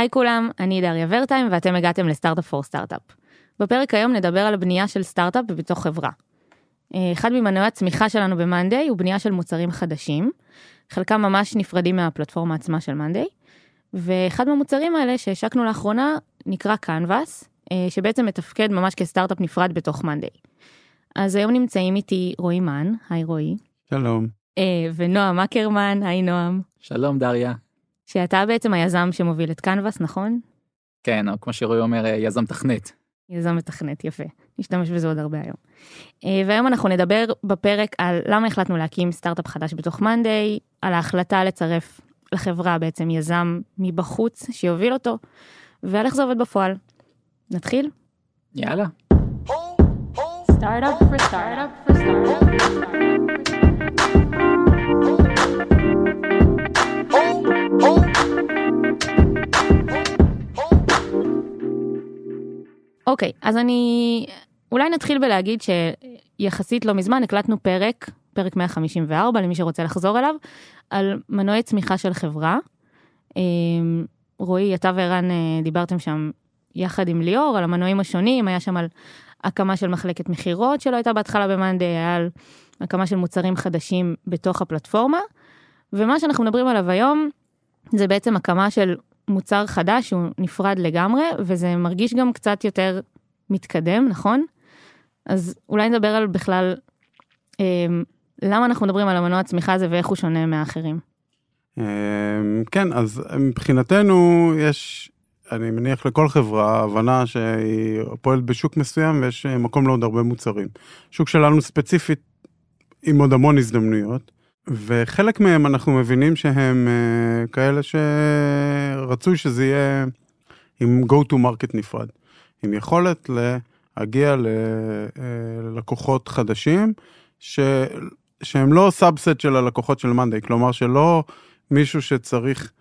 היי כולם, אני דריה ורטיים ואתם הגעתם לסטארט-אפ פור סטארט-אפ. בפרק היום נדבר על הבנייה של סטארט-אפ בתוך חברה. אחד ממנועי הצמיחה שלנו במאנדיי הוא בנייה של מוצרים חדשים, חלקם ממש נפרדים מהפלטפורמה עצמה של מאנדיי, ואחד מהמוצרים האלה שהשקנו לאחרונה נקרא קנבאס, שבעצם מתפקד ממש כסטארט-אפ נפרד בתוך מאנדיי. אז היום נמצאים איתי רועי מן, היי רועי. שלום. ונועם אקרמן, היי נועם. שלום דריה. שאתה בעצם היזם שמוביל את קנבאס, נכון? כן, או כמו שרועי אומר, יזם תכנת. יזם מתכנת, יפה. נשתמש בזה עוד הרבה היום. והיום אנחנו נדבר בפרק על למה החלטנו להקים סטארט-אפ חדש בתוך מאנדיי, על ההחלטה לצרף לחברה בעצם יזם מבחוץ שיוביל אותו, ועל איך זה עובד בפועל. נתחיל? יאללה. Startup for startup for startup. אוקיי, אז אולי נתחיל בלהגיד שיחסית לא מזמן הקלטנו פרק 154, למי שרוצה לחזור אליו, על מנועי צמיחה של חברה. רועי, אתה וערן דיברתם שם יחד עם ליאור, על המנועים השונים, היה שם על הקמה של מחלקת מחירות שלא הייתה בהתחלה במאנדיי, היה על הקמה של מוצרים חדשים בתוך הפלטפורמה, ומה שאנחנו מדברים עליו היום, זה בעצם הקמה של מוצר חדש שהוא נפרד לגמרי, וזה מרגיש גם קצת יותר מתקדם, נכון? אז אולי נדבר על בכלל, למה אנחנו מדברים על המנוע הצמיחה הזה, ואיך הוא שונה מהאחרים? כן, אז מבחינתנו יש, אני מניח לכל חברה, הבנה שהיא פועלת בשוק מסוים, ויש מקום לעוד הרבה מוצרים. שוק שלנו ספציפית, עם עוד המון הזדמנויות, וחלק מהם אנחנו מבינים שהם כאלה שרצוי שזה יהיה עם go to market נפרד, עם יכולת להגיע ללקוחות חדשים, שהם לא סאבסט של הלקוחות של מאנדיי, כלומר שלא מישהו שצריך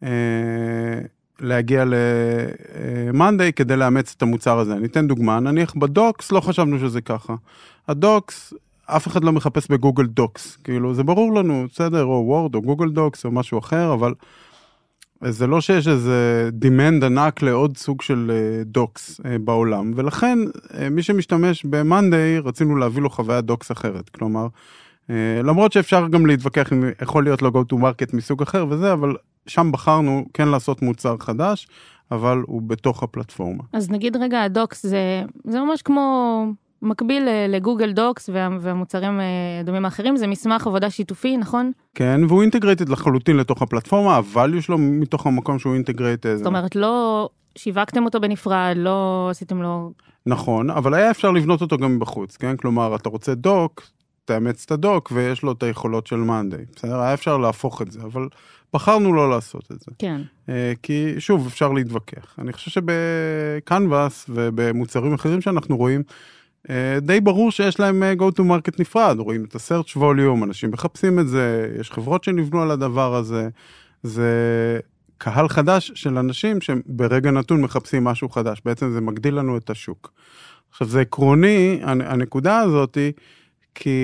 להגיע למאנדיי כדי לאמץ את המוצר הזה. אני אתן דוגמה, נניח בדוקס לא חשבנו שזה ככה. הדוקס, אף אחד לא מחפש בגוגל דוקס, כאילו זה ברור לנו, בסדר, או וורד או גוגל דוקס או משהו אחר, אבל זה לא שיש איזה demand ענק לעוד סוג של דוקס בעולם, ולכן מי שמשתמש במאנדיי רצינו להביא לו חוויה דוקס אחרת, כלומר, למרות שאפשר גם להתווכח אם יכול להיות לו go to market מסוג אחר וזה, אבל שם בחרנו כן לעשות מוצר חדש, אבל הוא בתוך הפלטפורמה. אז נגיד רגע, הדוקס זה ממש כמו מקביל לגוגל דוקס והמוצרים הדומים האחרים, זה מסמך עבודה שיתופי, נכון? כן, והוא אינטגרייטד לחלוטין לתוך הפלטפורמה, הvalue שלו מתוך המקום שהוא אינטגרייטד. זאת אומרת, לא שיווקתם אותו בנפרד, לא עשיתם לו... נכון, אבל היה אפשר לבנות אותו גם בחוץ, כן? כלומר, אתה רוצה דוק, תאמץ את הדוק, ויש לו את היכולות של מאנדיי. בסדר? היה אפשר להפוך את זה, אבל בחרנו לא לעשות את זה. כן. כי שוב, אפשר להתווכח. אני חושב שבקנבאס ובמוצרים אחרים שאנחנו רואים, די ברור שיש להם go to market נפרד, רואים את ה-search volume, אנשים מחפשים את זה, יש חברות שנבנו על הדבר הזה, זה קהל חדש של אנשים שברגע נתון מחפשים משהו חדש, בעצם זה מגדיל לנו את השוק. עכשיו זה עקרוני, הנקודה הזאת היא, כי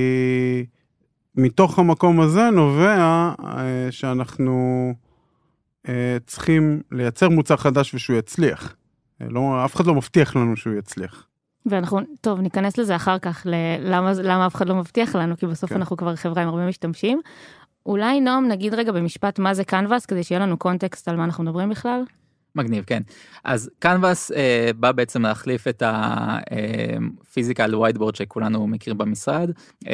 מתוך המקום הזה נובע שאנחנו צריכים לייצר מוצר חדש ושהוא יצליח. אף אחד לא מבטיח לנו שהוא יצליח. ואנחנו, טוב, ניכנס לזה אחר כך, למה אף אחד לא מבטיח לנו, כי בסוף אנחנו כבר חברה עם הרבה משתמשים. אולי נועם נגיד רגע במשפט מה זה קנבאס, כדי שיהיה לנו קונטקסט על מה אנחנו מדברים בכלל? מגניב, כן. אז קנבאס בא בעצם להחליף את הפיזיקל ווייטבורד שכולנו מכירים במשרד.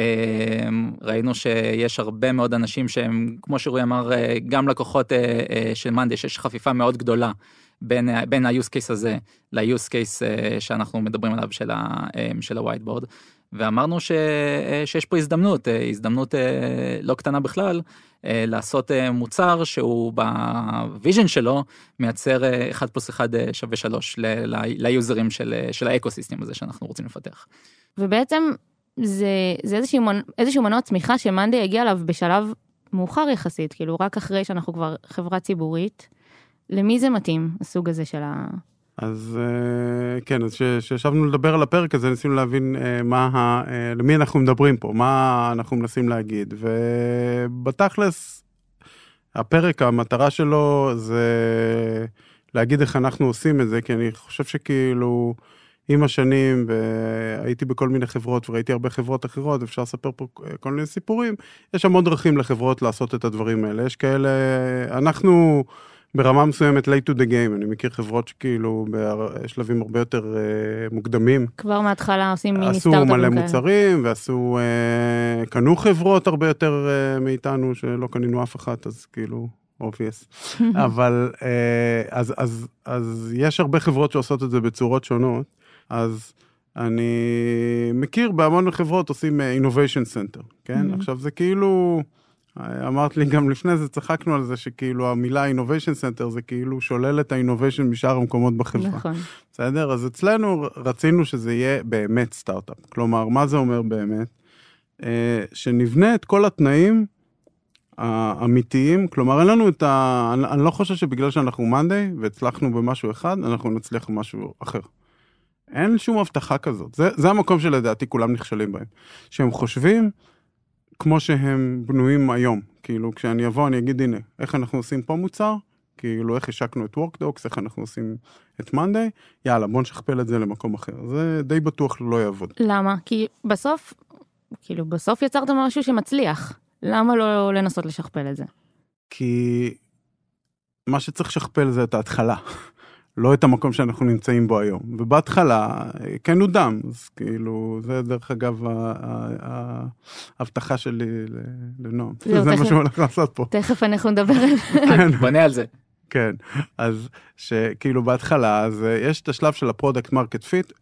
ראינו שיש הרבה מאוד אנשים שהם, כמו שרועי אמר, גם לקוחות של מאנדיי, שיש חפיפה מאוד גדולה בין ה-use case הזה ל-use case שאנחנו מדברים עליו של ה-whiteboard, ואמרנו שיש פה הזדמנות לא קטנה בכלל, לעשות מוצר שהוא בוויז'ן שלו, מייצר 1+1 שווה 3 ליוזרים של האקוסיסטם הזה שאנחנו רוצים לפתח. ובעצם זה איזשהו מנוע צמיחה שמאנדיי הגיע אליו בשלב מאוחר יחסית, כאילו רק אחרי שאנחנו כבר חברה ציבורית, למי זה מתאים, הסוג הזה של ה... אז כן, אז שישבנו לדבר על הפרק הזה, ניסינו להבין למי אנחנו מדברים פה, מה אנחנו מנסים להגיד, ובתכלס, הפרק, המטרה שלו זה להגיד איך אנחנו עושים את זה, כי אני חושב שכאילו, עם השנים, והייתי בכל מיני חברות, וראיתי הרבה חברות אחרות, אפשר לספר פה כל מיני סיפורים, יש המון דרכים לחברות לעשות את הדברים האלה, יש כאלה, אנחנו ברמה מסוימת late to the game, אני מכיר חברות שכאילו, בשלבים הרבה יותר מוקדמים. כבר מההתחלה עושים מיני סטארט-אפים עשו כאלה. מלא מוצרים, ועשו, קנו חברות הרבה יותר מאיתנו, שלא קנינו אף אחת, אז כאילו, obvious. אבל, אז יש הרבה חברות שעושות את זה בצורות שונות, אז אני מכיר בהמון חברות עושים innovation center, כן? עכשיו זה כאילו, אמרת לי גם לפני זה, צחקנו על זה שכאילו המילה innovation center זה כאילו שולל את ה-innovation משאר המקומות בחברה. נכון. בסדר? אז אצלנו רצינו שזה יהיה באמת סטארט-אפ. כלומר, מה זה אומר באמת? שנבנה את כל התנאים האמיתיים, כלומר, אין לנו את אני לא חושב שבגלל שאנחנו Monday והצלחנו במשהו אחד, אנחנו נצליח במשהו אחר. אין שום הבטחה כזאת. זה המקום שלדעתי כולם נכשלים בהם. שהם חושבים כמו שהם בנויים היום. כאילו, כשאני אבוא, אני אגיד, הנה, איך אנחנו עושים פה מוצר? כאילו, איך השקנו את WorkDocs, איך אנחנו עושים את Monday? יאללה, בוא נשכפל את זה למקום אחר. זה די בטוח לא יעבוד. למה? כי בסוף, כאילו, בסוף יצרת משהו שמצליח. למה לא לנסות לשכפל את זה? כי מה שצריך לשכפל זה את ההתחלה. לא את המקום שאנחנו נמצאים בו היום. ובהתחלה, כן הוא דם, אז כאילו, זה דרך אגב ההבטחה שלי לנועם. זה מה שהוא הולך לעשות פה. תכף אנחנו נדבר על זה. בונה על זה. כן, אז שכאילו בהתחלה, אז יש את השלב של הפרודקט מרקט פיט,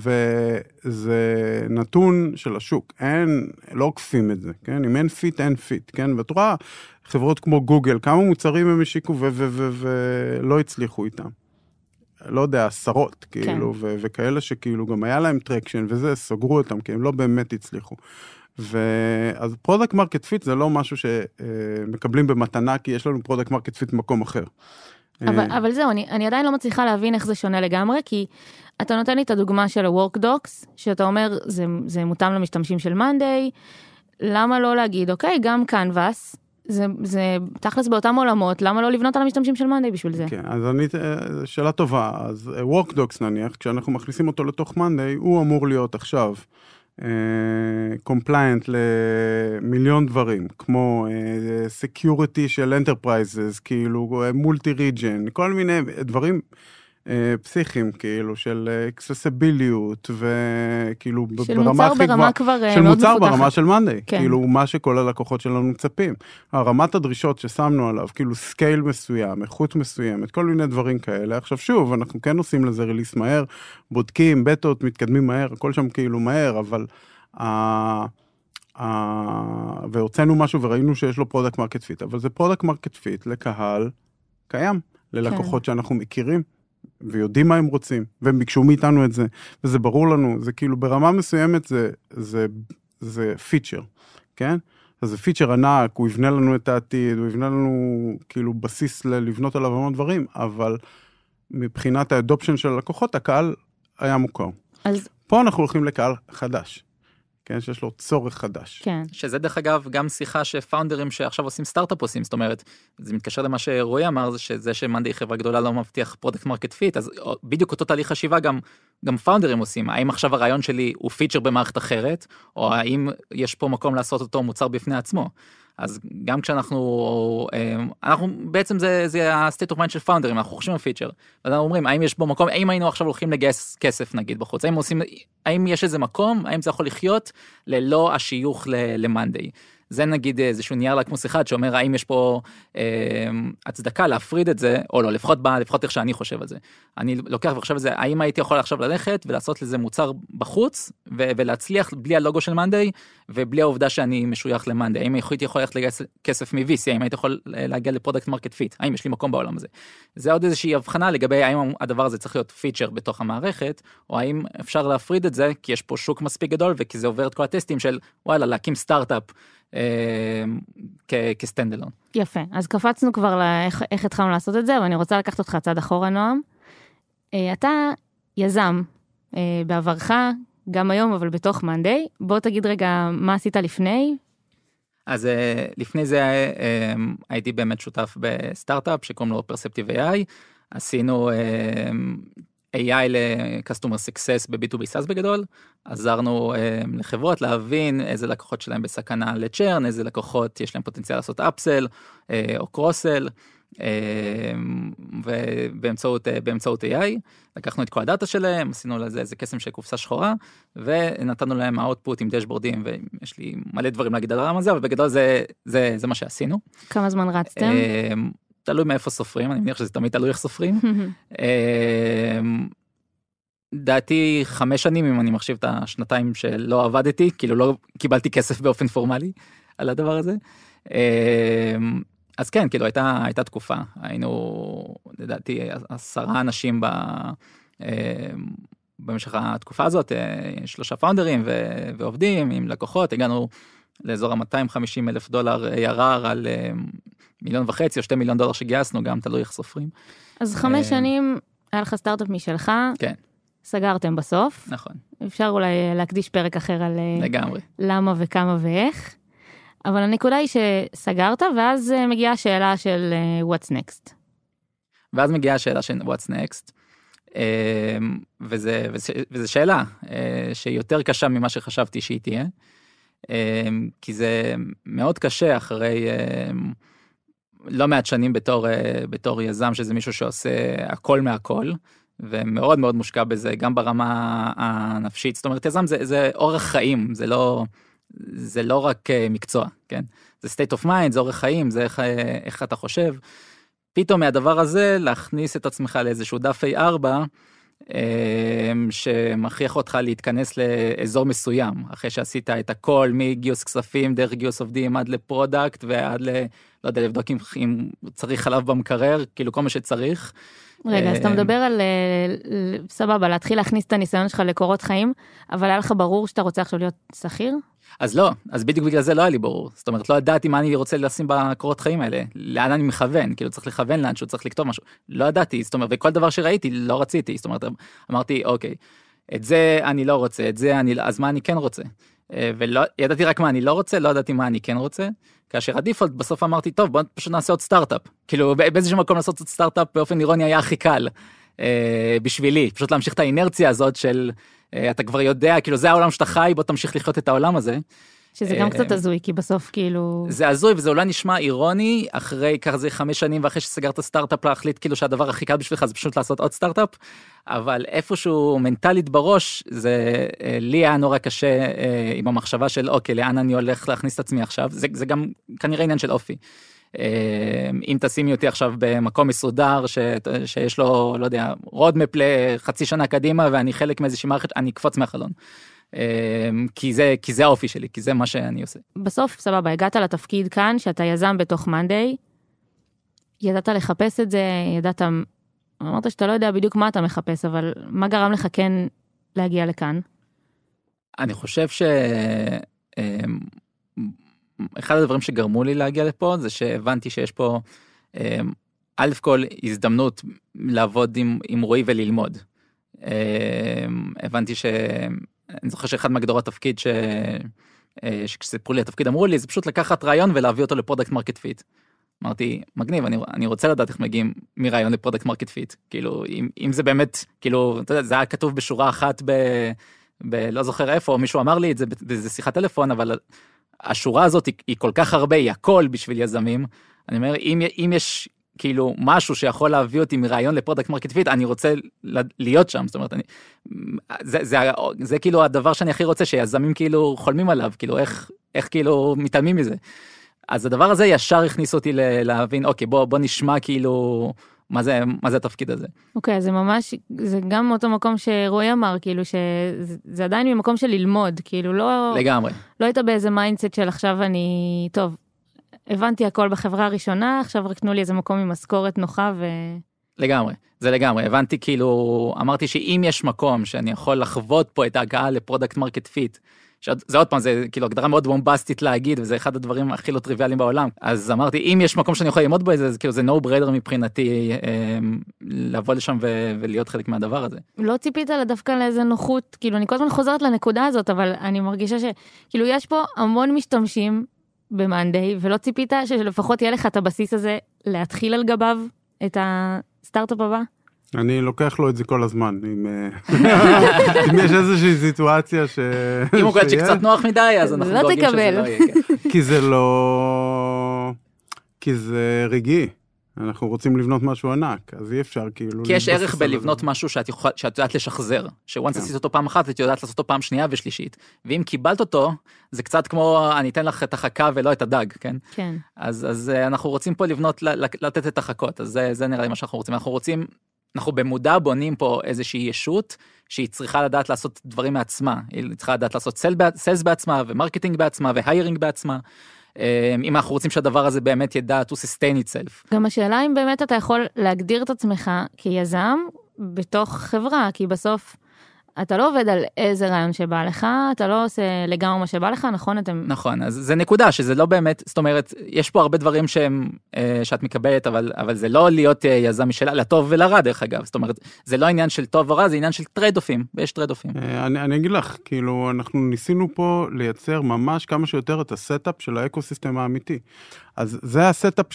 וזה נתון של השוק, לא עוקפים את זה, כן? אם אין פיט, אין פיט, כן? ואת רואה חברות כמו גוגל, כמה מוצרים הם השיקו ולא הצליחו איתם. לא יודע, עשרות, כאילו, וכאלה שכאילו גם היה להם טרקשן, וזה, סגרו אותם, כי הם לא באמת הצליחו. אז פרודקט מרקט פיט זה לא משהו שמקבלים במתנה, כי יש לנו פרודקט מרקט פיט במקום אחר. אבל זהו, אני עדיין לא מצליחה להבין איך זה שונה לגמרי, כי אתה נותן לי את הדוגמה של ה-WorkDocs, שאתה אומר, זה מותאם למשתמשים של Monday, למה לא להגיד, אוקיי, גם Canvas, זה תכלס באותם עולמות, למה לא לבנות על המשתמשים של Monday בשביל זה? כן, אז שאלה טובה, אז WorkDocs נניח, כשאנחנו מכניסים אותו לתוך Monday, הוא אמור להיות עכשיו compliant למיליון דברים, כמו security של enterprises, כאילו multi-region, כל מיני דברים פסיכיים, כאילו, של accessibility, וכאילו ברמה הכי גבוהה, של מוצר ברמה של Monday, כאילו מה שכל הלקוחות שלנו מצפים. הרמת הדרישות ששמנו עליו, כאילו סקייל מסוים, איכות מסוימת, כל מיני דברים כאלה. עכשיו שוב, אנחנו כן עושים לזה ריליס מהר, בודקים, בטות, מתקדמים מהר, הכל שם כאילו מהר, אבל והוצאנו משהו וראינו שיש לו פרודקט מרקט פיט, אבל זה פרודקט מרקט פיט לקהל קיים, ללקוחות שאנחנו מכירים, ויודעים מה הם רוצים, והם ביקשו מאיתנו את זה, וזה ברור לנו, זה כאילו ברמה מסוימת זה פיצ'ר, כן? אז זה פיצ'ר ענק, הוא יבנה לנו את העתיד, הוא יבנה לנו כאילו בסיס לבנות עליו המון דברים, אבל מבחינת האדופשן של הלקוחות, הקהל היה מוכר. אז פה אנחנו הולכים לקהל חדש, כן, שיש לו צורך חדש. כן. שזה דרך אגב גם שיחה שפאונדרים שעכשיו עושים סטארט-אפ עושים, זאת אומרת, זה מתקשר למה שרועי אמר, שזה שמנדי חברה גדולה לא מבטיח פרודקט מרקט פיט, אז בדיוק אותו תהליך חשיבה גם פאונדרים עושים, האם עכשיו הרעיון שלי הוא פיצ'ר במערכת אחרת, או האם יש פה מקום לעשות אותו מוצר בפני עצמו. אז גם כשאנחנו, בעצם זה ה-state of mind של פאונדרים, אנחנו חושבים על פיצ'ר, ואנחנו אומרים, האם יש בו מקום, האם היינו עכשיו הולכים לגייס כסף נגיד בחוץ, האם יש איזה מקום, האם זה יכול לחיות ללא השיוך למנדי. זה נגיד איזשהו נייר לקמוס אחד שאומר האם יש פה הצדקה להפריד את זה, או לא, לפחות איך שאני חושב על זה. אני לוקח וחושב על זה, האם הייתי יכול עכשיו ללכת ולעשות לזה מוצר בחוץ, ולהצליח בלי הלוגו של מנדי, ובלי העובדה שאני משוייך למנדי. האם הייתי יכול ללכת לגייס כסף מ-VC, האם הייתי יכול להגיע לפרודקט מרקט פיט, האם יש לי מקום בעולם הזה. זה עוד איזושהי הבחנה לגבי האם הדבר הזה צריך להיות פיצ'ר בתוך המערכת, או האם אפשר להפריד את זה, כי יש פה שוק מספיק גדול, וכי זה עובר את כל הטסטים של, וואלה, להקים סטארט-אפ כסטנדלון. יפה, אז קפצנו כבר איך התחלנו לעשות את זה, ואני רוצה לקחת אותך צעד אחורה, נועם. אתה יזם בעברך, גם היום, אבל בתוך Monday. בוא תגיד רגע מה עשית לפני. אז לפני זה הייתי באמת שותף בסטארט-אפ שקוראים לו Perceptive AI, עשינו AI ל-Customer Success ב-B2B SaaS בגדול, עזרנו לחברות להבין איזה לקוחות שלהם בסכנה לצ'רן, איזה לקוחות יש להם פוטנציאל לעשות אפסל או קרוסל, ובאמצעות AI, לקחנו את כל הדאטה שלהם, עשינו לזה איזה קסם של קופסה שחורה, ונתנו להם האוטפוט עם דשבורדים, ויש לי מלא דברים להגיד על הרעם הזה, אבל בגדול זה מה שעשינו. כמה זמן רצתם? תלוי מאיפה סופרים, אני מניח שזה תמיד תלוי איך סופרים. דעתי 5 שנים, אם אני מחשיב את השנתיים שלא עבדתי, כאילו לא קיבלתי כסף באופן פורמלי על הדבר הזה. אז כן, כאילו הייתה תקופה, היינו, לדעתי, 10 אנשים במשך התקופה הזאת, 3 פאונדרים ועובדים עם לקוחות, הגענו לאזור $250,000 ARR על $1.5 מיליון או $2 מיליון שגייסנו, גם תלוי איך סופרים. אז 5 שנים היה לך סטארט-אפ משלך, כן. סגרתם בסוף. נכון. אפשר אולי להקדיש פרק אחר על לגמרי. למה וכמה ואיך. אבל הנקודה היא שסגרת, ואז מגיעה השאלה של what's next. ואז מגיעה השאלה של what's next, וזה שאלה שהיא יותר קשה ממה שחשבתי שהיא תהיה, כי זה מאוד קשה אחרי לא מעט שנים בתור יזם, שזה מישהו שעושה הכל מהכל, ומאוד מאוד מושקע בזה, גם ברמה הנפשית. זאת אומרת, יזם זה אורח חיים, זה לא רק מקצוע, כן? זה state of mind, זה אורח חיים, זה איך אתה חושב. פתאום מהדבר הזה, להכניס את עצמך לאיזשהו דף A4, שמכריח אותך להתכנס לאזור מסוים, אחרי שעשית את הכל, מגיוס כספים, דרך גיוס עובדים, עד לפרודקט, ועד לא יודע, לבדוק אם צריך חלב במקרר, כאילו כל מה שצריך. רגע, אז אתה מדבר על, סבבה, להתחיל להכניס את הניסיון שלך לקורות חיים, אבל היה לך ברור שאתה רוצה עכשיו להיות שכיר? אז לא, אז בדיוק בגלל זה לא היה לי ברור. זאת אומרת, לא ידעתי מה אני רוצה לשים בקורות חיים האלה, לאן אני מכוון, כאילו צריך לכוון לאן שהוא צריך לכתוב משהו. לא ידעתי, זאת אומרת, וכל דבר שראיתי לא רציתי, זאת אומרת, אמרתי, אוקיי, את זה אני לא רוצה, את זה אני, אז מה אני כן רוצה? ולא, ידעתי רק מה אני לא רוצה, לא ידעתי מה אני כן רוצה, כאשר הדיפולט בסוף אמרתי, טוב, בוא פשוט נעשה עוד סטארט-אפ. כאילו, באיזשהו מקום לעשות עוד סטארט-אפ, באופן אירוני היה הכי קל בשבילי, פשוט להמשיך את האינרציה הזאת של, אתה כבר יודע, כאילו, זה העולם שאתה חי, בוא תמשיך לחיות את העולם הזה. שזה גם קצת הזוי, כי בסוף כאילו... זה הזוי, וזה אולי נשמע אירוני, אחרי כזה 5 שנים, ואחרי שסגרת סטארט-אפ להחליט כאילו שהדבר הכי קל בשבילך, זה פשוט לעשות עוד סטארט-אפ, אבל איפשהו מנטלית בראש, זה לי היה נורא קשה עם המחשבה של, אוקיי, לאן אני הולך להכניס את עצמי עכשיו, זה גם כנראה עניין של אופי. אם תשימי אותי עכשיו במקום מסודר, שיש לו, לא יודע, רודמפ לחצי שנה קדימה, ואני חלק מאיזושהי מערכת, אני אקפוץ מהחלון. כי זה האופי שלי, כי זה מה שאני עושה. בסוף, סבבה, הגעת לתפקיד כאן, שאתה יזם בתוך מאנדיי, ידעת לחפש את זה, אמרת שאתה לא יודע בדיוק מה אתה מחפש, אבל מה גרם לך כן להגיע לכאן? אני חושב אחד הדברים שגרמו לי להגיע לפה, זה שהבנתי שיש פה, א' כל הזדמנות לעבוד עם רועי וללמוד. הבנתי אני זוכר שאחד מהגדרות התפקיד שכשסיפרו לי התפקיד אמרו לי, זה פשוט לקחת רעיון ולהביא אותו לפרודקט מרקט פיט. אמרתי, מגניב, אני רוצה לדעת איך מגיעים מרעיון לפרודקט מרקט פיט. כאילו, אם זה באמת, כאילו, אתה יודע, זה היה כתוב בשורה אחת לא זוכר איפה, או מישהו אמר לי את זה באיזה שיחת טלפון, אבל השורה הזאת היא כל כך הרבה, היא הכל בשביל יזמים. אני אומר, אם יש כאילו משהו שיכול להביא אותי מרעיון לפרודקט מרקט פיט, אני רוצה להיות שם, זאת אומרת, זה כאילו הדבר שאני הכי רוצה, שיזמים כאילו חולמים עליו, כאילו איך כאילו מתעלמים מזה. אז הדבר הזה ישר הכניס אותי להבין, אוקיי, בוא נשמע כאילו, מה זה התפקיד הזה. אוקיי, זה ממש, זה גם אותו מקום שרועי אמר, כאילו שזה עדיין ממקום של ללמוד, כאילו לא... לגמרי. לא היית באיזה מיינדסט של עכשיו אני, טוב, הבנתי הכל בחברה הראשונה, עכשיו רק תנו לי איזה מקום עם משכורת נוחה לגמרי, זה לגמרי. הבנתי כאילו, אמרתי שאם יש מקום שאני יכול לחוות פה את ההגעה לפרודקט מרקט פיט, זה עוד פעם, זה כאילו הגדרה מאוד בומבסטית להגיד, וזה אחד הדברים הכי לא טריוויאליים בעולם. אז אמרתי, אם יש מקום שאני יכול ללמוד בו, זה כאילו זה no brainer מבחינתי, לבוא לשם ולהיות חלק מהדבר הזה. לא ציפית דווקא לאיזה נוחות, כאילו אני כל הזמן חוזרת לנקודה הזאת, אבל אני מרגישה שכאילו יש פה המון משתמשים במאנדיי, ולא ציפית שלפחות יהיה לך את הבסיס הזה להתחיל על גביו את הסטארט-אפ הבא? אני לוקח לו את זה כל הזמן, אם יש איזושהי סיטואציה ש... אם הוא קולט שקצת נוח מדי, אז אנחנו דואגים שזה לא יהיה. כי זה לא... כי זה רגעי. אנחנו רוצים לבנות משהו ענק, אז אי אפשר כאילו... כי יש ערך בלבנות משהו שאת יודעת לשחזר, שוואנס עשית אותו פעם אחת, את יודעת לעשות אותו פעם שנייה ושלישית, ואם קיבלת אותו, זה קצת כמו, אני אתן לך את החכה ולא את הדג, כן? כן. אז אנחנו רוצים פה לבנות, לתת את החכות, אז זה נראה לי מה שאנחנו רוצים. אנחנו במודע בונים פה איזושהי ישות, שהיא צריכה לדעת לעשות דברים מעצמה, היא צריכה לדעת לעשות סיילס בעצמה, ומרקטינג בעצמה, והיירינג בעצמה, אם אנחנו רוצים שהדבר הזה באמת ידע to sustain itself. גם השאלה אם באמת אתה יכול להגדיר את עצמך כיזם בתוך חברה, כי בסוף אתה לא עובד על איזה רעיון שבא לך, אתה לא עושה לגמרי מה שבא לך, נכון? נכון, אז זה נקודה שזה לא באמת, זאת אומרת, יש פה הרבה דברים שאת מקבלת, אבל זה לא להיות יזם משלה, לטוב ולרע דרך אגב, זאת אומרת, זה לא עניין של טוב ורע, זה עניין של טרייד-אופים, ויש טרייד-אופים. אני אגיד לך, כאילו, אנחנו ניסינו פה לייצר ממש כמה שיותר את הסטאפ של האקוסיסטם האמיתי. אז זה הסטאפ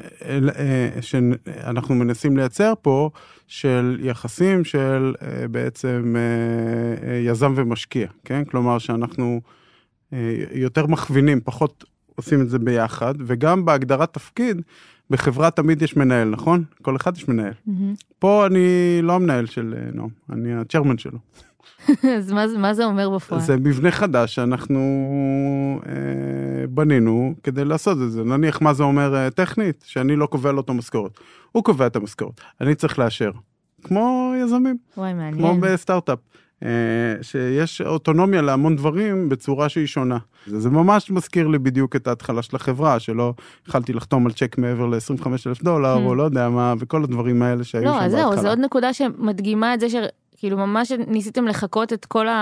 שאנחנו מנסים לייצר פה, של יחסים של בעצם יזם ומשקיע, כן? כלומר שאנחנו יותר מכווינים, פחות עושים את זה ביחד, וגם בהגדרת תפקיד, בחברה תמיד יש מנהל, נכון? כל אחד יש מנהל. פה אני לא המנהל של נועם, אני הצ'רמן שלו. אז מה זה אומר בפועל? זה מבנה חדש שאנחנו בנינו כדי לעשות את זה. נניח מה זה אומר טכנית, שאני לא קובע לו את המשכורת. הוא קובע את המשכורת. אני צריך לאשר. כמו יזמים. וואי, מעניין. כמו בסטארט-אפ. שיש אוטונומיה להמון דברים בצורה שהיא שונה. זה ממש מזכיר לי בדיוק את ההתחלה של החברה, שלא יכלתי לחתום על צ'ק מעבר ל$25,000, או לא יודע מה, וכל הדברים האלה שהיו שם בהתחלה. לא, זהו, זו עוד נקודה שמדגימה את זה כאילו ממש ניסיתם לחכות את כל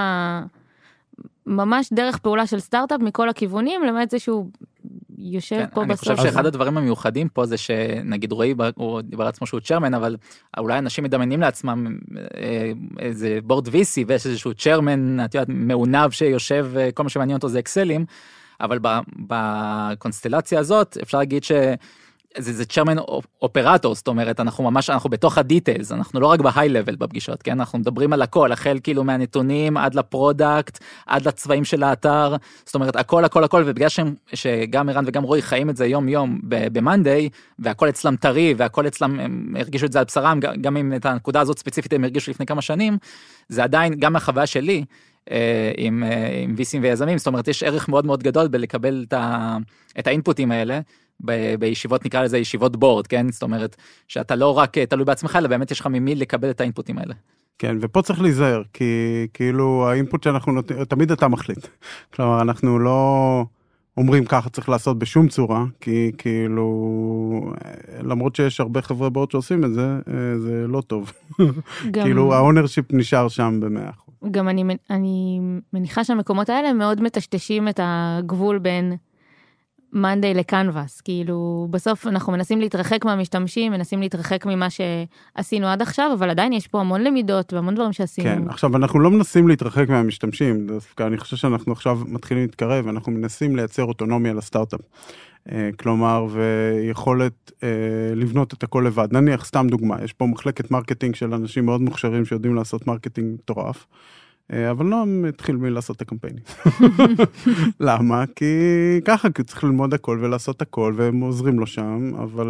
ממש דרך פעולה של סטארט-אפ מכל הכיוונים, למעט זה שהוא יושב פה בסוף. אני חושב שאחד הדברים המיוחדים פה זה שנגיד רועי, הוא דיבר עצמו שהוא צ'רמן, אבל אולי אנשים מדמיינים לעצמם איזה בורד VC, ויש איזשהו צ'רמן, את יודעת, מעונב שיושב, כל מה שמעניין אותו זה אקסלים, אבל בקונסטלציה הזאת אפשר להגיד זה צ'רמן אופרטור, זאת אומרת, אנחנו בתוך הדיטיילס, אנחנו לא רק בהיי לבל בפגישות, כן? אנחנו מדברים על הכל, החל כאילו מהנתונים, עד לפרודקט, עד לצבעים של האתר, זאת אומרת, הכל, ובגלל שגם אירן וגם רועי חיים את זה יום במנדי, והכל אצלם טרי, והכל אצלם, הם הרגישו את זה על בשרם, גם אם את הנקודה הזאת ספציפית הם הרגישו לפני כמה שנים, זה עדיין, גם מהחוויה שלי, עם ויסים ויזמים, זאת אומרת, יש ערך מאוד מאוד גדול בלקבל את האינפוטים האלה, בישיבות נקרא לזה ישיבות בורד, כן? זאת אומרת, שאתה לא רק תלוי בעצמך, אלא באמת יש לך ממי לקבל את האינפוטים האלה. כן, ופה צריך להיזהר, כי כאילו האינפוט שאנחנו נותנים, תמיד אתה מחליט. כלומר, אנחנו לא אומרים ככה צריך לעשות בשום צורה, כי כאילו, למרות שיש הרבה חברי בורד שעושים את זה, זה לא טוב. כאילו, האונרשיפ נשאר שם ב100%. גם אני מניחה שהמקומות האלה מאוד מטשטשים את הגבול בין מנדי לקנבס, כאילו בסוף אנחנו מנסים להתרחק מהמשתמשים, מנסים להתרחק ממה שעשינו עד עכשיו, אבל עדיין יש פה המון למידות והמון דברים שעשינו. כן, עכשיו אנחנו לא מנסים להתרחק מהמשתמשים, אני חושב שאנחנו עכשיו מתחילים להתקרב, אנחנו מנסים לייצר אוטונומיה לסטארט-אפ, כלומר ויכולת לבנות את הכל לבד. נניח סתם דוגמה, יש פה מחלקת מרקטינג של אנשים מאוד מוכשרים שיודעים לעשות מרקטינג מטורף, אבל לא התחיל מלעשות את הקמפיינים. למה? כי ככה, כי צריך ללמוד הכל ולעשות הכל, והם עוזרים לו שם, אבל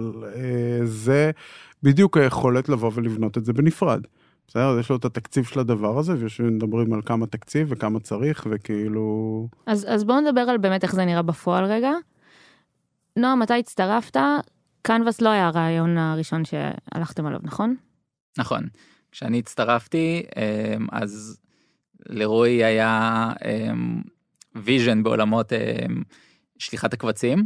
זה בדיוק היכולת לבוא ולבנות את זה בנפרד. בסדר? יש לו את התקציב של הדבר הזה, ושמדברים על כמה תקציב וכמה צריך, וכאילו... אז בואו נדבר על באמת איך זה נראה בפועל רגע. נועם, מתי הצטרפת? קנבס לא היה הרעיון הראשון שהלכתם עליו, נכון? נכון. כשאני הצטרפתי, אז לרועי היה ויז'ן בעולמות שליחת הקבצים,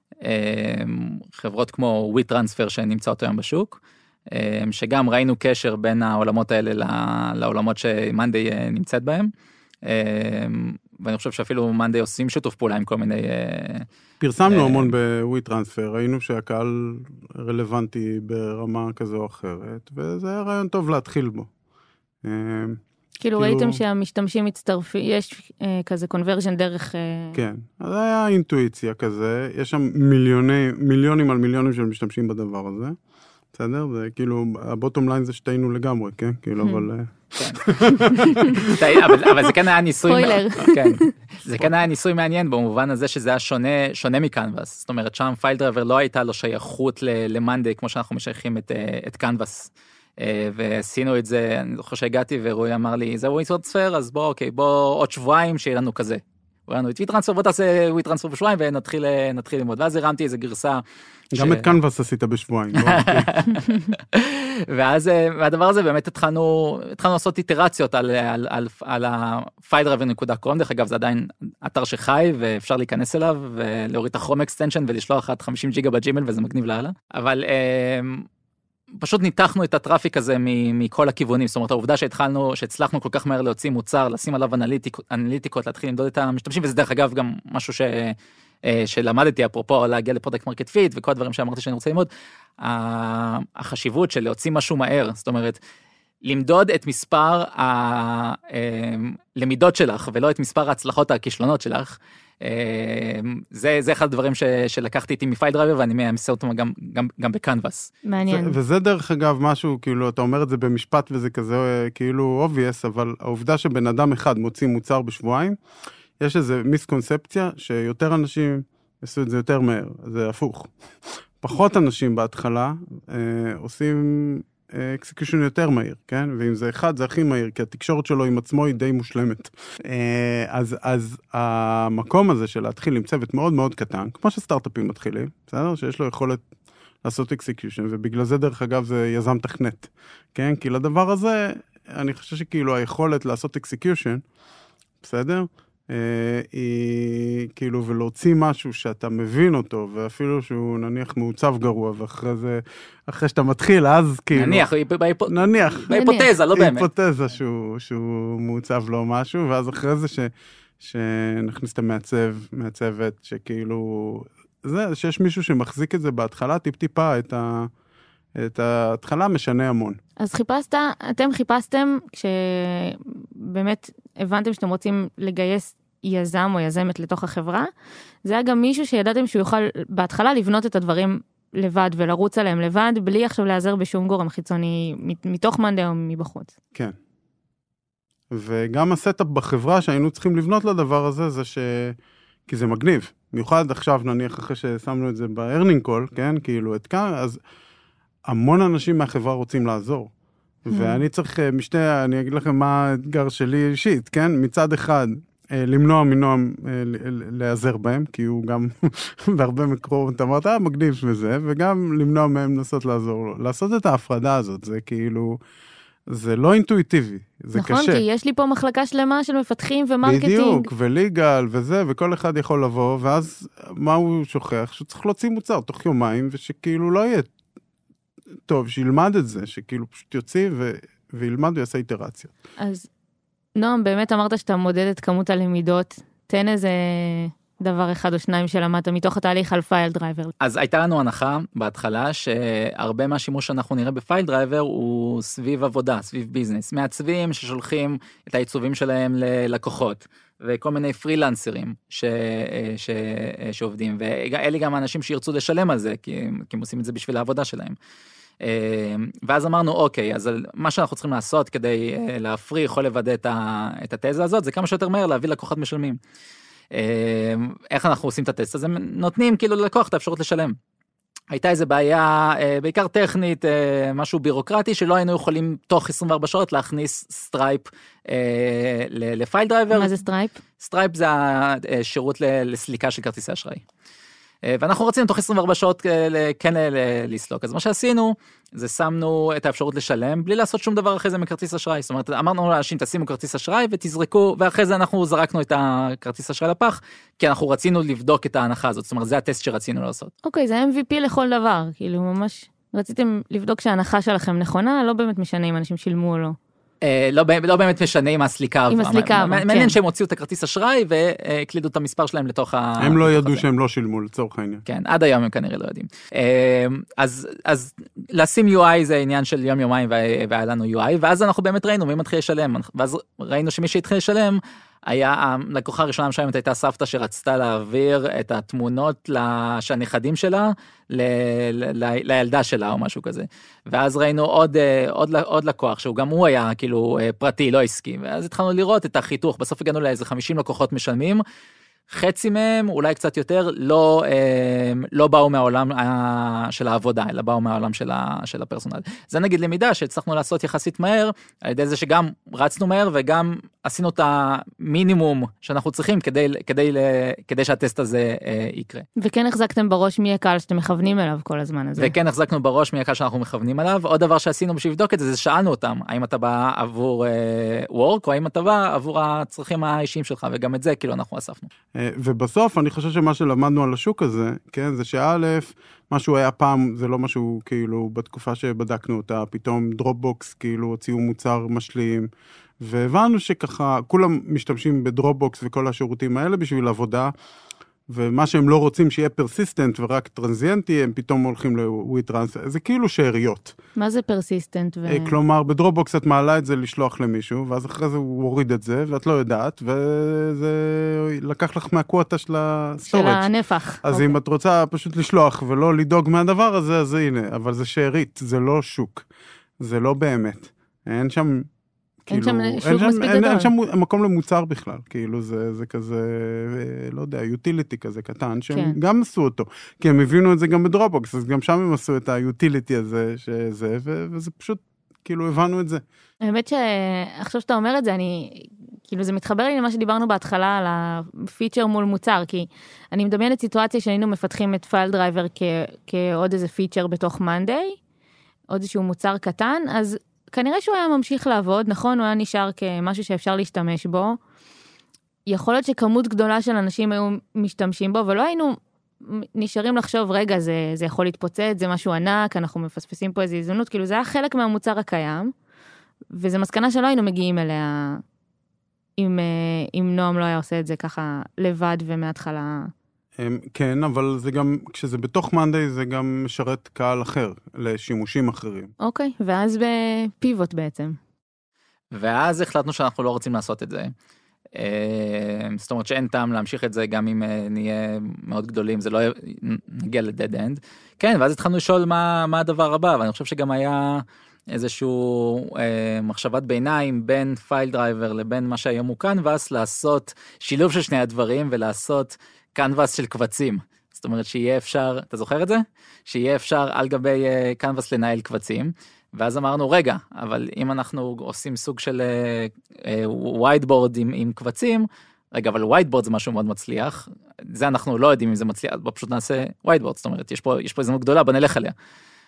חברות כמו WeTransfer שנמצאות היום בשוק, שגם ראינו קשר בין העולמות האלה לעולמות שמנדי נמצאת בהם, ואני חושב שאפילו מנדי עושים שיתוף פעולה עם כל מיני... פרסמנו המון ב-WeTransfer, ראינו שהקהל רלוונטי ברמה כזו או אחרת, וזה היה רעיון טוב להתחיל בו. כאילו ראיתם שהמשתמשים מצטרפים, יש כזה קונברז'ן דרך... כן, אז היה אינטואיציה כזה, יש שם מיליונים על מיליונים של משתמשים בדבר הזה, בסדר? זה כאילו, הבוטום ליין זה שתינו לגמרי, כן? כאילו, אבל... אבל זה כן היה ניסוי... ספוילר. זה כן היה ניסוי מעניין במובן הזה שזה היה שונה מקנבס. זאת אומרת, שם פייל דרייבר לא הייתה לו שייכות למאנדי, כמו שאנחנו משייכים את קנבס. ועשינו את זה, אני זוכר שהגעתי ורועי אמר לי, זה וווי טרנספר, אז בוא עוד שבועיים שיהיה לנו כזה. הוא היה לנו את וי טרנספר, בוא תעשה וי טרנספר בשבועיים ונתחיל ללמוד. ואז הרמתי איזה גרסה. גם את קנבס עשית בשבועיים. ואז הדבר הזה באמת התחלנו לעשות איטרציות על ה-filedriver.com, דרך אגב זה עדיין אתר שחי ואפשר להיכנס אליו ולהוריד את הכרום אקסטנשן ולשלוח עד 50 ג'יגה בג'ימל וזה מגניב לאללה. אבל פשוט ניתחנו את הטראפיק הזה מכל הכיוונים, זאת אומרת העובדה שהצלחנו כל כך מהר להוציא מוצר, לשים עליו אנליטיקות, להתחיל למדוד את המשתמשים, וזה דרך אגב גם משהו שלמדתי אפרופו להגיע לפרודקט מרקט פיט וכל הדברים שאמרתי שאני רוצה ללמוד, החשיבות של להוציא משהו מהר, זאת אומרת, למדוד את מספר הלמידות שלך ולא את מספר ההצלחות הכישלונות שלך, זה אחד הדברים שלקחתי איתי מפייל דרייבר ואני מיישם אותם גם בקנבס. מעניין. וזה דרך אגב משהו, כאילו אתה אומר את זה במשפט וזה כזה כאילו obvious, אבל העובדה שבן אדם אחד מוציא מוצר בשבועיים, יש איזה מיסקונספציה שיותר אנשים יעשו את זה יותר מהר, זה הפוך. פחות אנשים בהתחלה עושים אקסקיושן יותר מהיר, כן? ואם זה אחד, זה הכי מהיר, כי התקשורת שלו עם עצמו היא די מושלמת. אז המקום הזה של להתחיל עם צוות מאוד מאוד קטן, כמו שסטארט-אפים מתחילים, בסדר? שיש לו יכולת לעשות אקסקיושן, ובגלל זה דרך אגב זה יזם תכנת, כן? כי לדבר הזה, אני חושב שכאילו היכולת לעשות אקסקיושן, בסדר? היא כאילו, ולהוציא משהו שאתה מבין אותו, ואפילו שהוא נניח מעוצב גרוע, ואחרי זה, אחרי שאתה מתחיל, אז כאילו... נניח, בהיפותזה, לא באמת. בהיפותזה שהוא מעוצב לו משהו, ואז אחרי זה שנכניס את המעצבת, שכאילו... זה, שיש מישהו שמחזיק את זה בהתחלה, טיפ-טיפה, את ההתחלה משנה המון. אז אתם חיפשתם, כשבאמת הבנתם שאתם רוצים לגייס יזם או יזמת לתוך החברה, זה היה גם מישהו שידעתם שהוא יוכל בהתחלה לבנות את הדברים לבד ולרוץ עליהם לבד, בלי עכשיו לעזר בשום גורם חיצוני, מתוך מאנדי או מבחוץ. כן. וגם הסטאפ בחברה שהיינו צריכים לבנות לדבר הזה, זה כי זה מגניב. מיוחד עכשיו נניח אחרי ששמנו את זה ב-earning call, כן? כאילו את כאן, אז המון אנשים מהחברה רוצים לעזור. ואני צריך אני אגיד לכם מה האתגר שלי אישית, כן? מצד אחד, למנוע מנועם להיעזר בהם, כי הוא גם בהרבה מקרות אמרת, מגניב וזה, וגם למנוע מהם לנסות לעזור לו. לעשות את ההפרדה הזאת, זה כאילו, זה לא אינטואיטיבי, זה נכון, קשה. כי יש לי פה מחלקה שלמה של מפתחים ומרקטינג. בדיוק, וליגל וזה, וכל אחד יכול לבוא, ואז מה הוא שוכח? שהוא צריך להוציא מוצר תוך יומיים, ושכאילו לא יהיה טוב, שילמד את זה, שכאילו פשוט יוציא וילמד ויעשה איטרציות. אז נועם, באמת אמרת שאתה מודד את כמות הלמידות, תן איזה דבר אחד או שניים שלמדת מתוך התהליך על פייל דרייבר. אז הייתה לנו הנחה בהתחלה שהרבה מהשימוש שאנחנו נראה בפייל דרייבר הוא סביב עבודה, סביב ביזנס, מעצבים ששולחים את העיצובים שלהם ללקוחות, וכל מיני פרילנסרים שעובדים, ואלה גם האנשים שירצו לשלם על זה, כי הם עושים את זה בשביל העבודה שלהם. ואז אמרנו, אוקיי, אז מה שאנחנו צריכים לעשות כדי להפריך או לוודא את התזה הזאת, זה כמה שיותר מהר להביא לקוחות משלמים. איך אנחנו עושים את הטסט הזה? נותנים כאילו ללקוח את האפשרות לשלם. הייתה איזו בעיה, בעיקר טכנית, משהו בירוקרטי, שלא היינו יכולים תוך 24 שעות להכניס סטרייפ לפייל דרייבר. מה זה סטרייפ? סטרייפ זה השירות לסליקה של כרטיסי אשראי. ואנחנו רצינו תוך 24 שעות כן לסלוק. אז מה שעשינו, זה שמנו את האפשרות לשלם, בלי לעשות שום דבר אחרי זה מכרטיס אשראי. זאת אומרת, אמרנו לאנשים, תשימו כרטיס אשראי ותזרקו, ואחרי זה אנחנו זרקנו את הכרטיס אשראי לפח, כי אנחנו רצינו לבדוק את ההנחה הזאת. זאת אומרת, זה הטסט שרצינו לעשות. אוקיי, זה MVP לכל דבר. כאילו, ממש רציתם לבדוק שההנחה שלכם נכונה, לא באמת משנה אם אנשים שילמו או לא. לא באמת משנה עם הסליקה. עם הסליקה, מעניין שהם הוציאו את הכרטיס אשראי והקלידו את המספר שלהם לתוך הם לא ידעו שהם לא שילמו לצורך העניין. כן, עד היום הם כנראה לא יודעים. אז לשים UI זה עניין של יום-יומיים והיה לנו UI, ואז אנחנו באמת ראינו מי מתחיל לשלם, ואז ראינו שמי שהתחיל לשלם הלקוחה הראשונה משלמת הייתה סבתא שרצתה להעביר את התמונות של הנכדים שלה לילדה שלה או משהו כזה. ואז ראינו עוד לקוח, שהוא גם הוא היה כאילו פרטי, לא עסקי, ואז התחלנו לראות את החיתוך, בסוף הגענו לאיזה 50 לקוחות משלמים, חצי מהם, אולי קצת יותר, לא באו מהעולם של העבודה, אלא באו מהעולם של הפרסונל. זה נגיד למידה שהצלחנו לעשות יחסית מהר, על ידי זה שגם רצנו מהר, וגם עשינו את המינימום שאנחנו צריכים כדי שהטסט הזה יקרה. וכן החזקתם בראש מי הקהל שאתם מכוונים אליו כל הזמן הזה. וכן החזקנו בראש מי הקהל שאנחנו מכוונים אליו. עוד דבר שעשינו בשביל לבדוק את זה, זה שאלנו אותם, האם אתה בא עבור work, או האם אתה בא עבור הצרכים האישיים שלך, וגם את זה כאילו אנחנו אספנו. ובסוף אני חושב שמה שלמדנו על השוק הזה, כן, זה שא', משהו היה פעם, זה לא משהו כאילו בתקופה שבדקנו אותה, פתאום דרופבוקס כאילו הוציאו מוצר משלים, והבנו שככה כולם משתמשים בדרופבוקס וכל השירותים האלה בשביל עבודה, ומה שהם לא רוצים שיהיה פרסיסטנט ורק טרנזיאנטי, הם פתאום הולכים ל-WeTransfer, זה כאילו שאריות. מה זה פרסיסטנט? כלומר, בדרופבוקס את מעלה את זה לשלוח למישהו, ואז אחרי זה הוא הוריד את זה, ואת לא יודעת, וזה לקח לך מהקווטה של הסטורג'. של הנפח. אז אם את רוצה פשוט לשלוח ולא לדאוג מהדבר הזה, אז הנה, אבל זה שארית, זה לא שוק, זה לא באמת. אין שם... אין שם שוק מספיק גדול. אין שם מקום למוצר בכלל, כאילו זה כזה, לא יודע, יוטיליטי כזה קטן, שהם גם עשו אותו, כי הם הבינו את זה גם בדרופבוקס, אז גם שם הם עשו את היוטיליטי הזה, וזה פשוט, כאילו הבנו את זה. האמת שעכשיו שאתה אומר את זה, כאילו זה מתחבר לי למה שדיברנו בהתחלה, על הפיצ'ר מול מוצר, כי אני מדמיינת סיטואציה שהיינו מפתחים את פייל דרייבר כעוד איזה פיצ'ר בתוך מאנדיי, עוד איזשהו מוצר קטן, אז כנראה שהוא היה ממשיך לעבוד, נכון? הוא היה נשאר כמשהו שאפשר להשתמש בו. יכול להיות שכמות גדולה של אנשים היו משתמשים בו, ולא היינו נשארים לחשוב, רגע, זה יכול להתפוצץ, זה משהו ענק, אנחנו מפספסים פה איזו הזדמנות, כאילו זה היה חלק מהמוצר הקיים, וזו מסקנה שלא היינו מגיעים אליה, אם נועם לא היה עושה את זה ככה לבד ומההתחלה. כן, אבל זה גם, כשזה בתוך מאנדיי, זה גם משרת קהל אחר, לשימושים אחרים. אוקיי, ואז בפיבוט בעצם. ואז החלטנו שאנחנו לא רוצים לעשות את זה. זאת אומרת שאין טעם להמשיך את זה, גם אם נהיה מאוד גדולים, זה לא נגיע לדד אנד. כן, ואז התחלנו לשאול מה הדבר הבא, ואני חושב שגם היה איזשהו מחשבת ביניים בין פייל דרייבר לבין מה שהיום הוא קנבאס, לעשות שילוב של שני הדברים ולעשות קנבאס של קבצים. זאת אומרת שיהיה אפשר, אתה זוכר את זה? שיהיה אפשר על גבי קנבאס לנהל קבצים, ואז אמרנו, רגע, אבל אם אנחנו עושים סוג של whiteboard עם קבצים, רגע, אבל whiteboard זה משהו מאוד מצליח, זה אנחנו לא יודעים אם זה מצליח, בוא פשוט נעשה whiteboard, זאת אומרת, יש פה הזדמנות גדולה, בוא נלך עליה.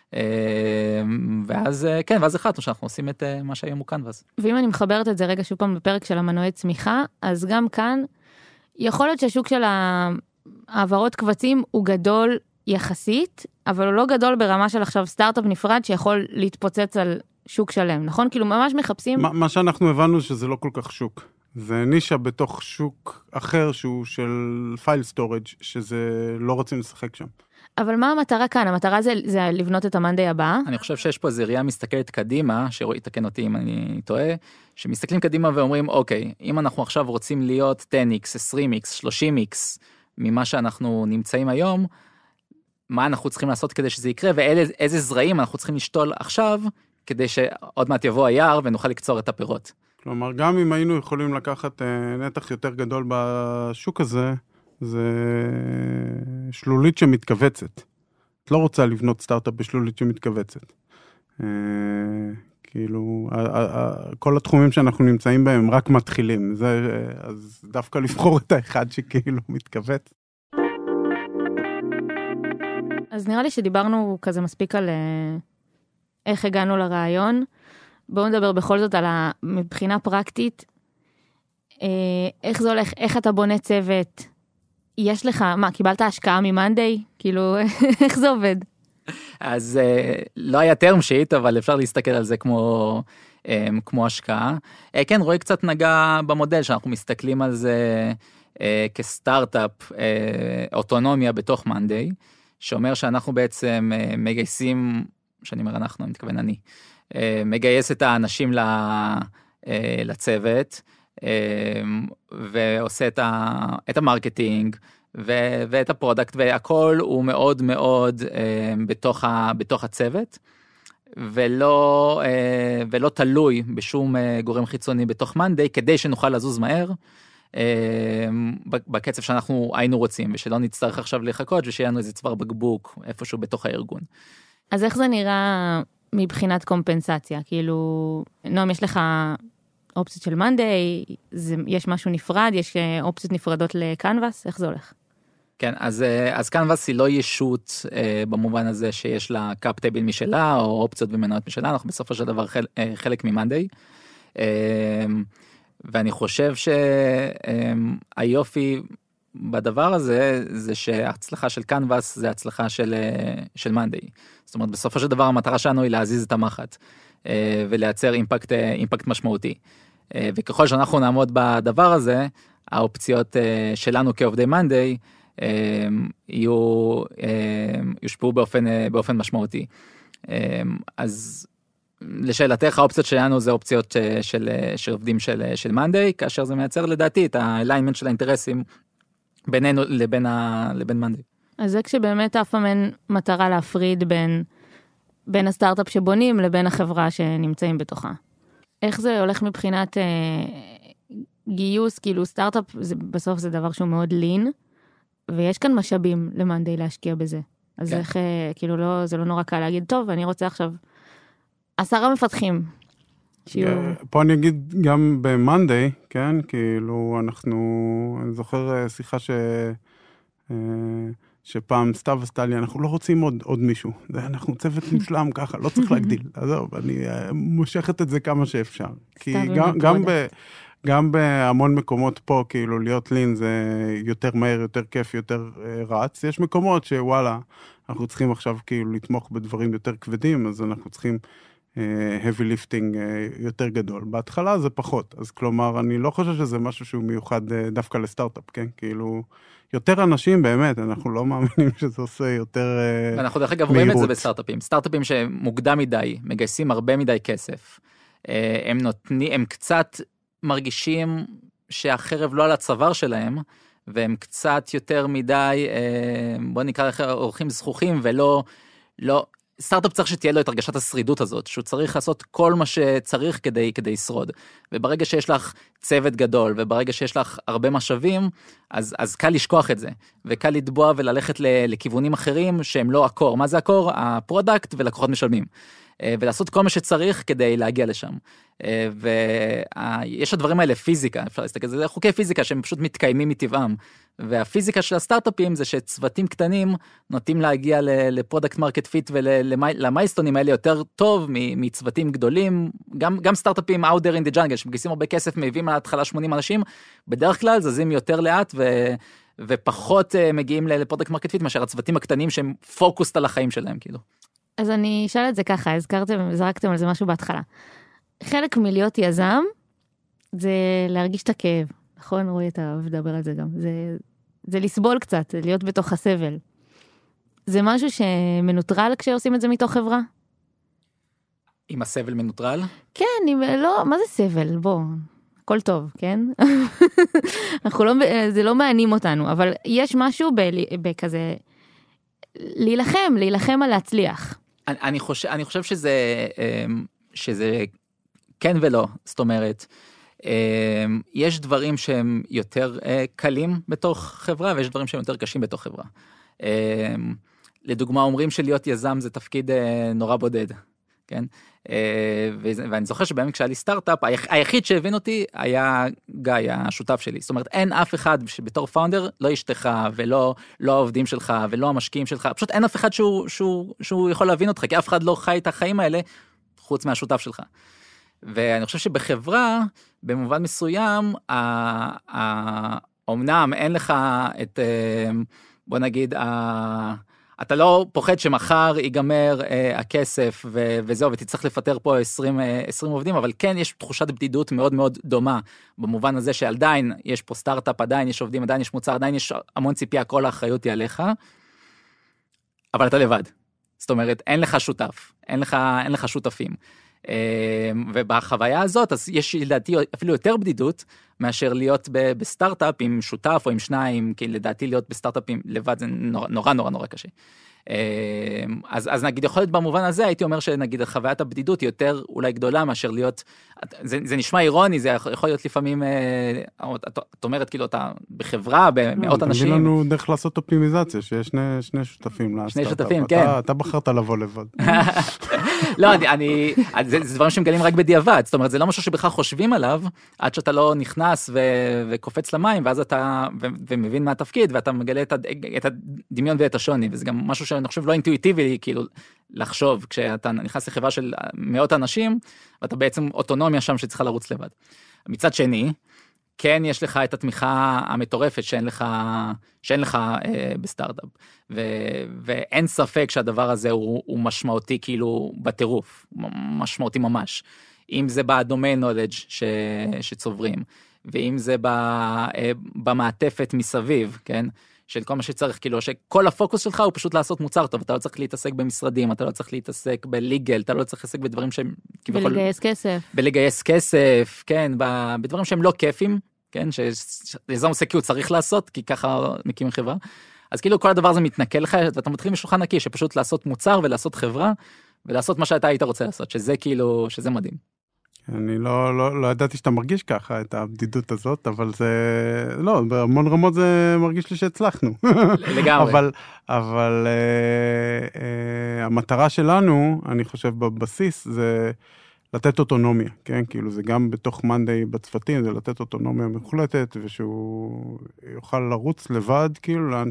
ואז כן, ואז החלטנו שאנחנו עושים את מה שהיום הוא קנבאס. ואם אני מחברת את זה רגע שוב פעם בפרק של המנועי צמיחה, אז גם כאן, יכול להיות שהשוק של העברות קבצים הוא גדול יחסית, אבל הוא לא גדול ברמה של עכשיו סטארט-אפ נפרד שיכול להתפוצץ על שוק שלם, נכון? כאילו ממש מחפשים... מה שאנחנו הבנו שזה לא כל כך שוק. זה נישה בתוך שוק אחר שהוא של פייל סטורג' שזה לא רוצים לשחק שם. אבל מה המטרה כאן? המטרה זה לבנות את המאנדיי הבא? אני חושב שיש פה איזו ראייה מסתכלת קדימה, שרואי תקן אותי אם אני טועה, שמסתכלים קדימה ואומרים, אוקיי, אם אנחנו עכשיו רוצים להיות 10x, 20x, 30x, ממה שאנחנו נמצאים היום, מה אנחנו צריכים לעשות כדי שזה יקרה, ואיזה זרעים אנחנו צריכים לשתול עכשיו, כדי שעוד מעט יבוא היער ונוכל לקצור את הפירות. כלומר, גם אם היינו יכולים לקחת נתח יותר גדול בשוק הזה, זה שלולית שמתכווצת. את לא רוצה לבנות סטארט-אפ בשלולית שמתכווצת. כאילו, כל התחומים שאנחנו נמצאים בהם רק מתחילים. אז דווקא לבחור את האחד שכאילו מתכווץ. אז נראה לי שדיברנו כזה מספיק על איך הגענו לרעיון. בואו נדבר בכל זאת על מבחינה פרקטית. איך זה הולך? איך אתה בונה צוות? יש לך, מה, קיבלת השקעה ממאנדיי? כאילו, איך זה עובד? אז לא היה term sheet, אבל אפשר להסתכל על זה כמו השקעה. כן, רואי קצת נגע במודל, שאנחנו מסתכלים על זה כסטארט-אפ, אוטונומיה בתוך מאנדיי, שאומר שאנחנו בעצם מגייסים, שאני אומר אנחנו, אני מתכוון אני, מגייס את האנשים לצוות, ועושה את המרקטינג, ואת הפרודקט, והכל הוא מאוד מאוד בתוך הצוות, ולא תלוי בשום גורם חיצוני בתוך מאנדיי, כדי שנוכל לזוז מהר, בקצב שאנחנו היינו רוצים, ושלא נצטרך עכשיו לחכות, ושיהיה לנו איזה צוואר בקבוק איפשהו בתוך הארגון. אז איך זה נראה מבחינת קומפנסציה? כאילו, נועם, יש לך אופציות של מאנדיי, יש משהו נפרד, יש אופציות נפרדות לקנבאס, איך זה הולך? כן, אז קנבאס היא לא ישות במובן הזה שיש לה קאפ טייבל משלה, או אופציות ומנועות משלה, אנחנו בסופו של דבר חלק ממאנדיי, ואני חושב שהיופי בדבר הזה, זה שההצלחה של קנבאס זה הצלחה של מאנדיי. זאת אומרת, בסופו של דבר המטרה שלנו היא להזיז את המחט, ולייצר אימפקט משמעותי. וככל שאנחנו נעמוד בדבר הזה, האופציות שלנו כעובדי מאנדיי, יושפעו באופן משמעותי. אז לשאלתך, האופציות שלנו זה אופציות של עובדים של מאנדיי, כאשר זה מייצר לדעתי את האליינמנט של האינטרסים בינינו לבין מאנדיי. אז זה כשבאמת אף פעם אין מטרה להפריד בין הסטארט-אפ שבונים לבין החברה שנמצאים בתוכה. איך זה הולך מבחינת גיוס? כאילו סטארט-אפ בסוף זה דבר שהוא מאוד לין, ויש כאן משאבים למאנדיי להשקיע בזה. אז כן. איך, כאילו לא, זה לא נורא קל להגיד, טוב, אני רוצה עכשיו 10 מפתחים. פה אני אגיד גם במאנדיי, כן, כאילו אני זוכר שיחה שפעם סתיו עשתה לי, אנחנו לא רוצים עוד מישהו, אנחנו צוות מושלם ככה, לא צריך להגדיל, עזוב, אני מושכת את זה כמה שאפשר, כי גם בהמון מקומות פה, כאילו להיות לין זה יותר מהר, יותר כיף, יותר רץ, יש מקומות שוואלה, אנחנו צריכים עכשיו כאילו לתמוך בדברים יותר כבדים, אז אנחנו צריכים heavy lifting יותר גדול. בהתחלה זה פחות, אז כלומר, אני לא חושב שזה משהו שהוא מיוחד דווקא לסטארט-אפ, כן? כאילו, יותר אנשים באמת, אנחנו לא מאמינים שזה עושה יותר מהירות. אנחנו דרך אגב רואים את זה בסטארט-אפים. סטארט-אפים שמוקדם מדי, מגייסים הרבה מדי כסף, הם קצת מרגישים שהחרב לא על הצוואר שלהם, והם קצת יותר מדי, בוא נקרא אורחים זכוכים, ולא, סטארט-אפ צריך שתהיה לו את הרגשת השרידות הזאת, שהוא צריך לעשות כל מה שצריך כדי לשרוד. וברגע שיש לך צוות גדול, וברגע שיש לך הרבה משאבים, אז קל לשכוח את זה. וקל לטבוע וללכת לכיוונים אחרים שהם לא הקור. מה זה הקור? הפרודקט ולקוחות משלמים. ולעשות כל מה שצריך כדי להגיע לשם. ויש הדברים האלה פיזיקה, אפשר להסתכל, זה חוקי פיזיקה שהם פשוט מתקיימים מטבעם. והפיזיקה של הסטארט-אפים זה שצוותים קטנים נוטים להגיע לפרודקט מרקט פיט ולמייסטונים האלה יותר טוב מצוותים גדולים, גם סטארט-אפים out there in the jungle, שמגייסים הרבה כסף, מביאים על ההתחלה 80 אנשים, בדרך כלל זזים יותר לאט ופחות מגיעים לפרודקט מרקט פיט, מאשר הצוותים הקטנים שהם פוקוסט על החיים שלהם, כאילו. אז אני אשאל את זה ככה, זרקתם על זה משהו בהתחלה. חלק מלהיות יזם, זה להרגיש את הכאב, נכון? רואי, אתה מדבר על זה גם. זה לסבול קצת, זה להיות בתוך הסבל. זה משהו שמנוטרל כשעושים את זה מתוך חברה? עם הסבל מנוטרל? כן, לא, מה זה סבל? בוא, הכל טוב, כן? זה לא מעניין אותנו, אבל יש משהו בכזה, להילחם על להצליח. אני חושב שזה כן ולא, זאת אומרת, יש דברים שהם יותר קלים בתוך חברה, ויש דברים שהם יותר קשים בתוך חברה. לדוגמה, אומרים שלהיות יזם זה תפקיד נורא בודד, כן? ואני זוכר שבאמת כשהיה לי סטארט-אפ, היחיד שהבין אותי היה גיא, השותף שלי. זאת אומרת, אין אף אחד שבתור פאונדר, לא אשתך ולא העובדים שלך ולא המשקיעים שלך, פשוט אין אף אחד שהוא יכול להבין אותך, כי אף אחד לא חי את החיים האלה, חוץ מהשותף שלך. ואני חושב שבחברה, במובן מסוים, אומנם אין לך את, בוא נגיד, אתה לא פוחד שמחר ייגמר הכסף וזהו, ותצטרך לפטר פה 20 עובדים, אבל כן יש תחושת בדידות מאוד מאוד דומה, במובן הזה שעדיין יש פה סטארט-אפ, עדיין יש עובדים, עדיין יש מוצר, עדיין יש המון ציפייה, כל האחריות היא עליך, אבל אתה לבד. זאת אומרת, אין לך שותף, אין לך שותפים. ובחוויה הזאת, אז יש לדעתי אפילו יותר בדידות, מאשר להיות בסטארט-אפ עם שותף או עם שניים, כי לדעתי להיות בסטארט-אפים לבד זה נורא נורא נורא קשה. אז נגיד יכול להיות במובן הזה, הייתי אומר שנגיד חוויית הבדידות היא יותר אולי גדולה מאשר להיות, זה נשמע אירוני, זה יכול להיות לפעמים, את אומרת כאילו אתה בחברה, במאות אנשים. תגיד לנו דרך לעשות אופטימיזציה, שיש שני שותפים לסטארט-אפ. שני שותפים, כן. אתה בחרת לבוא לבד. לא, זה דברים שמגלים רק בדיעבד, זאת אומרת, זה לא משהו שבכלל חושבים עליו, עד שאתה לא נכנס וקופץ למים, ואז אתה, ומבין מה התפקיד, ואתה מגלה את הדמיון ואת השוני, וזה גם משהו שאני חושב לא אינטואיטיבי, כאילו, לחשוב, כשאתה נכנס לחברה של מאות אנשים, ואתה בעצם אוטונומיה שם שצריכה לרוץ לבד. מצד שני, כן יש לך את התמיכה המטורפת שאין לך בסטארט-אפ, ואין ספק שהדבר הזה הוא משמעותי כאילו בטירוף, משמעותי ממש. אם זה בדומיין נולדג' שצוברים, ואם זה במעטפת מסביב, כן? של כל מה שצריך, כאילו, שכל הפוקוס שלך הוא פשוט לעשות מוצר טוב, אתה לא צריך להתעסק במשרדים, אתה לא צריך להתעסק בליגל, אתה לא צריך להתעסק בדברים שהם... בלגייס כסף. בלגייס כסף, כן, בדברים שהם לא כיפים, כן, שיזם עושה כי הוא צריך לעשות, כי ככה מקים חברה. אז כאילו כל הדבר הזה מתנקל לך, ואתה מתחיל משולחן נקי, שפשוט לעשות מוצר ולעשות חברה, ולעשות מה שאתה היית רוצה לעשות, שזה כאילו, שזה מדהים. אני לא ידעתי שאתה מרגיש ככה, את הבדידות הזאת, אבל זה, לא, בהמון רמות זה מרגיש לי שהצלחנו. לגמרי. אבל המטרה שלנו, אני חושב בבסיס, זה לתת אוטונומיה, כן? כאילו זה גם בתוך מאנדיי בצוותים, זה לתת אוטונומיה מוחלטת, ושהוא יוכל לרוץ לבד, כאילו, לאן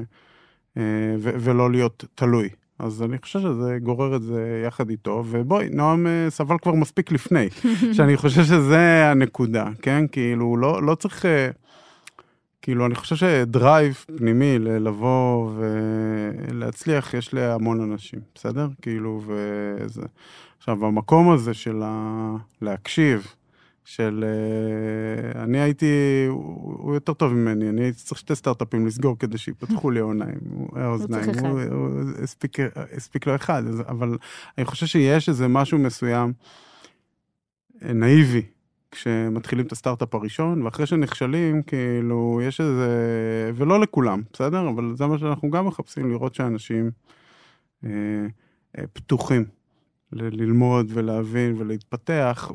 ולא להיות תלוי. אז אני חושב שזה גורר את זה יחד איתו, ובואי, נועם סבל כבר מספיק לפני, שאני חושב שזה הנקודה, כן? כאילו, לא צריך, כאילו, אני חושב שדרייב פנימי לבוא ולהצליח, יש להמון אנשים, בסדר? כאילו, וזה... עכשיו, המקום הזה של להקשיב, של... אני הייתי, הוא יותר טוב ממני, אני הייתי צריך 2 סטארט-אפים לסגור כדי שיפתחו לי האוזניים, הוא הספיק לו אחד, אבל אני חושב שיש איזה משהו מסוים נאיבי, כשמתחילים את הסטארט-אפ הראשון, ואחרי שנכשלים, כאילו, יש איזה, ולא לכולם, בסדר? אבל זה מה שאנחנו גם מחפשים, לראות שאנשים פתוחים ללמוד ולהבין ולהתפתח,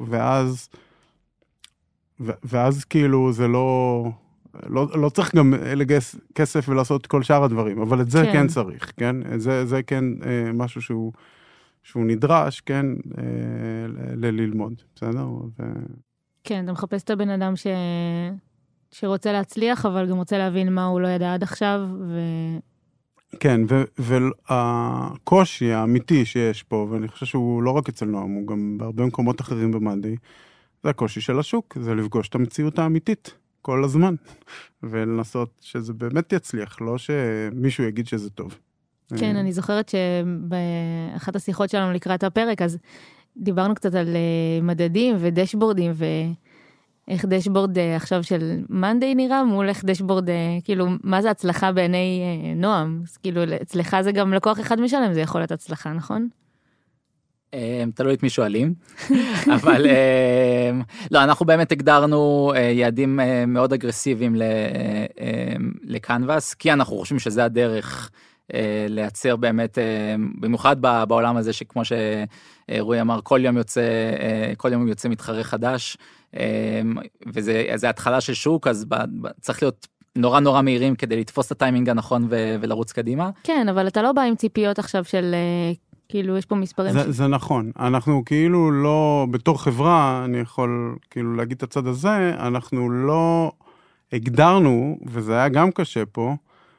ואז כאילו זה לא צריך גם לגייס כסף ולעשות כל שאר הדברים, אבל את זה כן צריך, כן? זה כן משהו שהוא נדרש, כן? ללמוד, בסדר? כן, אתה מחפש את הבן אדם שרוצה להצליח, אבל גם רוצה להבין מה הוא לא ידע עד עכשיו, כן, והקושי האמיתי שיש פה, ואני חושב שהוא לא רק אצל נועם, הוא גם בהרבה מקומות אחרים במאנדיי, זה הקושי של השוק, זה לפגוש את המציאות האמיתית כל הזמן, ולנסות שזה באמת יצליח, לא שמישהו יגיד שזה טוב. כן, אני זוכרת שבאחת השיחות שלנו לקראת הפרק, אז דיברנו קצת על מדדים ודשבורדים, ואיך דשבורד עכשיו של מאנדיי נראה, מול איך דשבורד, כאילו, מה זה הצלחה בעיני נועם? אז כאילו, אצלך זה גם לקוח אחד משלם, זה יכול להיות הצלחה, נכון? תלוי את מי שואלים, אבל לא, אנחנו באמת הגדרנו יעדים מאוד אגרסיביים לקנבאס, כי אנחנו חושבים שזה הדרך לייצר באמת, במיוחד בעולם הזה שכמו שרועי אמר, כל יום יוצא מתחרה חדש, וזה התחלה של שוק, אז צריך להיות נורא נורא מהירים כדי לתפוס את הטיימינג הנכון ולרוץ קדימה. כן, אבל אתה לא בא עם ציפיות עכשיו של... כאילו, יש פה מספרים... זה נכון. אנחנו כאילו לא, בתור חברה, אני יכול כאילו להגיד את הצד הזה, אנחנו לא הגדרנו, וזה היה גם קשה פה,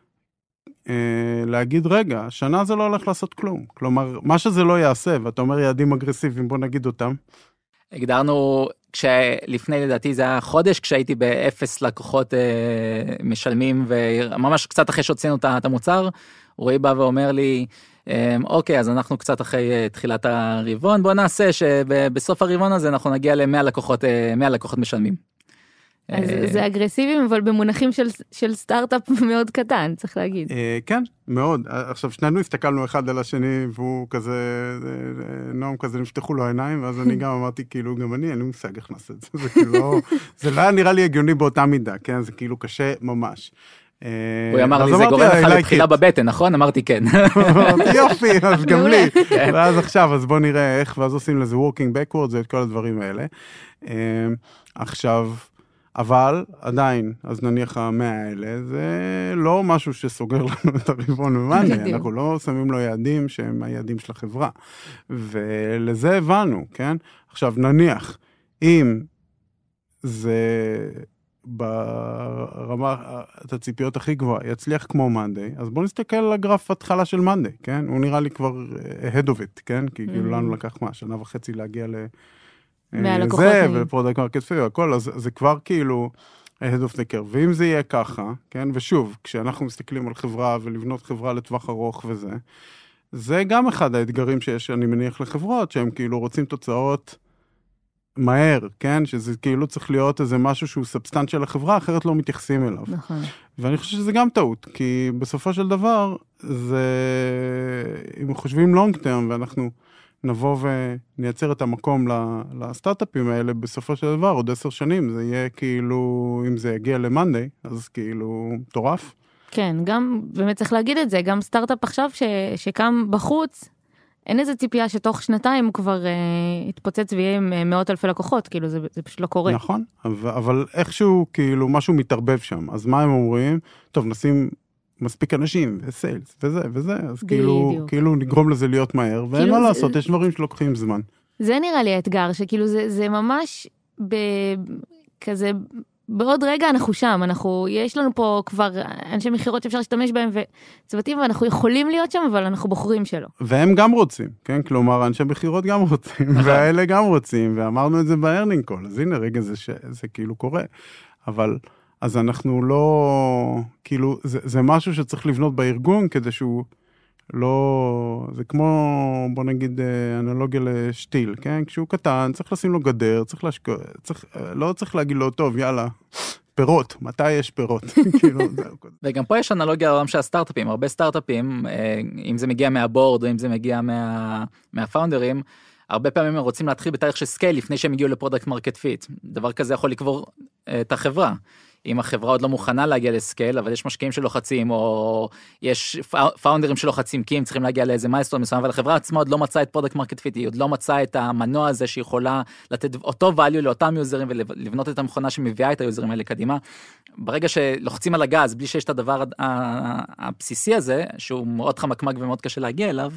להגיד, רגע, שנה זה לא הולך לעשות כלום. כלומר, מה שזה לא יעשה, ואתה אומר יעדים אגרסיביים, בוא נגיד אותם. הגדרנו, לפני לדעתי זה היה חודש, כשהייתי באפס לקוחות משלמים, וממש קצת אחרי שהוצאנו את המוצר, רועי בא ואומר לי, אוקיי, אז אנחנו קצת אחרי תחילת הרבעון, בוא נעשה שבסוף הרבעון הזה אנחנו נגיע ל100 לקוחות משלמים. אז זה אגרסיביים, אבל במונחים של סטארט-אפ מאוד קטן, צריך להגיד. כן, מאוד. עכשיו, שנינו הסתכלנו אחד על השני, והוא כזה, נועם כזה, נפתחו לו העיניים, ואז אני גם אמרתי, כאילו, גם אני, אין לי מושג איך נעשה את זה. זה כאילו, זה לא היה נראה לי הגיוני באותה מידה, כן? זה כאילו קשה ממש. הוא אמר לי, זה גורם לך לבחילה בבטן, נכון? אמרתי כן. יופי, אז גם לי. ואז עכשיו, אז בוא נראה איך, ואז עושים לזה working backwards, ואת כל הדברים האלה. עכשיו, אבל עדיין, אז נניח 100 האלה, זה לא משהו שסוגר לנו את הרבעון במאנדי, אנחנו לא שמים לו יעדים שהם היעדים של החברה. ולזה הבנו, כן? עכשיו, נניח, אם זה ברמה, את הציפיות הכי גבוהה, יצליח כמו מאנדי, אז בואו נסתכל על הגרף התחלה של מאנדי, כן? הוא נראה לי כבר ahead of it, כן? כי כאילו לנו לקח מה, 1.5 שנה להגיע לזה, ולפרודקט מרקט פיט והכל, אז זה כבר כאילו ahead of the curve. ואם זה יהיה ככה, כן? ושוב, כשאנחנו מסתכלים על חברה ולבנות חברה לטווח ארוך וזה, זה גם אחד האתגרים שיש, אני מניח לחברות, שהם כאילו רוצים תוצאות מהר, כן? שזה כאילו צריך להיות איזה משהו שהוא סבסטנט של החברה, אחרת לא מתייחסים אליו. נכון. ואני חושב שזה גם טעות, כי בסופו של דבר, זה, אם חושבים long term, ואנחנו נבוא ונייצר את המקום לסטארט-אפים האלה, בסופו של דבר, עוד 10 שנים, זה יהיה כאילו, אם זה יגיע למאנדי, אז כאילו, מטורף. כן, גם, באמת צריך להגיד את זה, גם סטארט-אפ עכשיו שקם בחוץ, אין איזה ציפייה שתוך 2 הוא כבר יתפוצץ ויהיה עם 100,000 לקוחות, כאילו זה פשוט לא קורה. נכון, אבל איכשהו כאילו משהו מתערבב שם, אז מה הם אומרים? טוב, נשים מספיק אנשים, וסיילס, וזה, אז כאילו נגרום לזה להיות מהר, ואין מה לעשות, יש דברים שלוקחים זמן. זה נראה לי האתגר, שכאילו זה ממש כזה, בעוד רגע אנחנו שם, יש לנו פה כבר אנשי מחירות שאפשר להשתמש בהם וצוותים, ואנחנו יכולים להיות שם, אבל אנחנו בוחרים שלו. והם גם רוצים, כן? כלומר, אנשי מחירות גם רוצים, והאלה גם רוצים, ואמרנו את זה בארנינג קול, אז הנה רגע זה כאילו קורה. אבל, אז אנחנו לא, כאילו, זה משהו שצריך לבנות בארגון, כדי שהוא לא, זה כמו, בוא נגיד, אנלוגיה לשתיל, כן? כשהוא קטן, צריך לשים לו גדר, לא צריך להגיד לו, טוב, יאללה, פירות, מתי יש פירות? וגם פה יש אנלוגיה לעולם של הסטארט-אפים, הרבה סטארט-אפים, אם זה מגיע מהבורד, או אם זה מגיע מהפאונדרים, הרבה פעמים הם רוצים להתחיל בתהליך של סקייל, לפני שהם הגיעו לפרודקט מרקט פיט. דבר כזה יכול לקבור את החברה. אם החברה עוד לא מוכנה להגיע לסקייל, אבל יש משקיעים שלוחצים, או יש פאונדרים שלוחצים, כי הם צריכים להגיע לאיזה מיילסטון מסוים, אבל החברה עצמה עוד לא מצאה את פרודקט מרקט פיט, היא עוד לא מצאה את המנוע הזה שיכולה לתת אותו value לאותם יוזרים, ולבנות את המכונה שמביאה את היוזרים האלה קדימה. ברגע שלוחצים על הגז, בלי שיש את הדבר הבסיסי הזה, שהוא מאוד חמקמק ומאוד קשה להגיע אליו,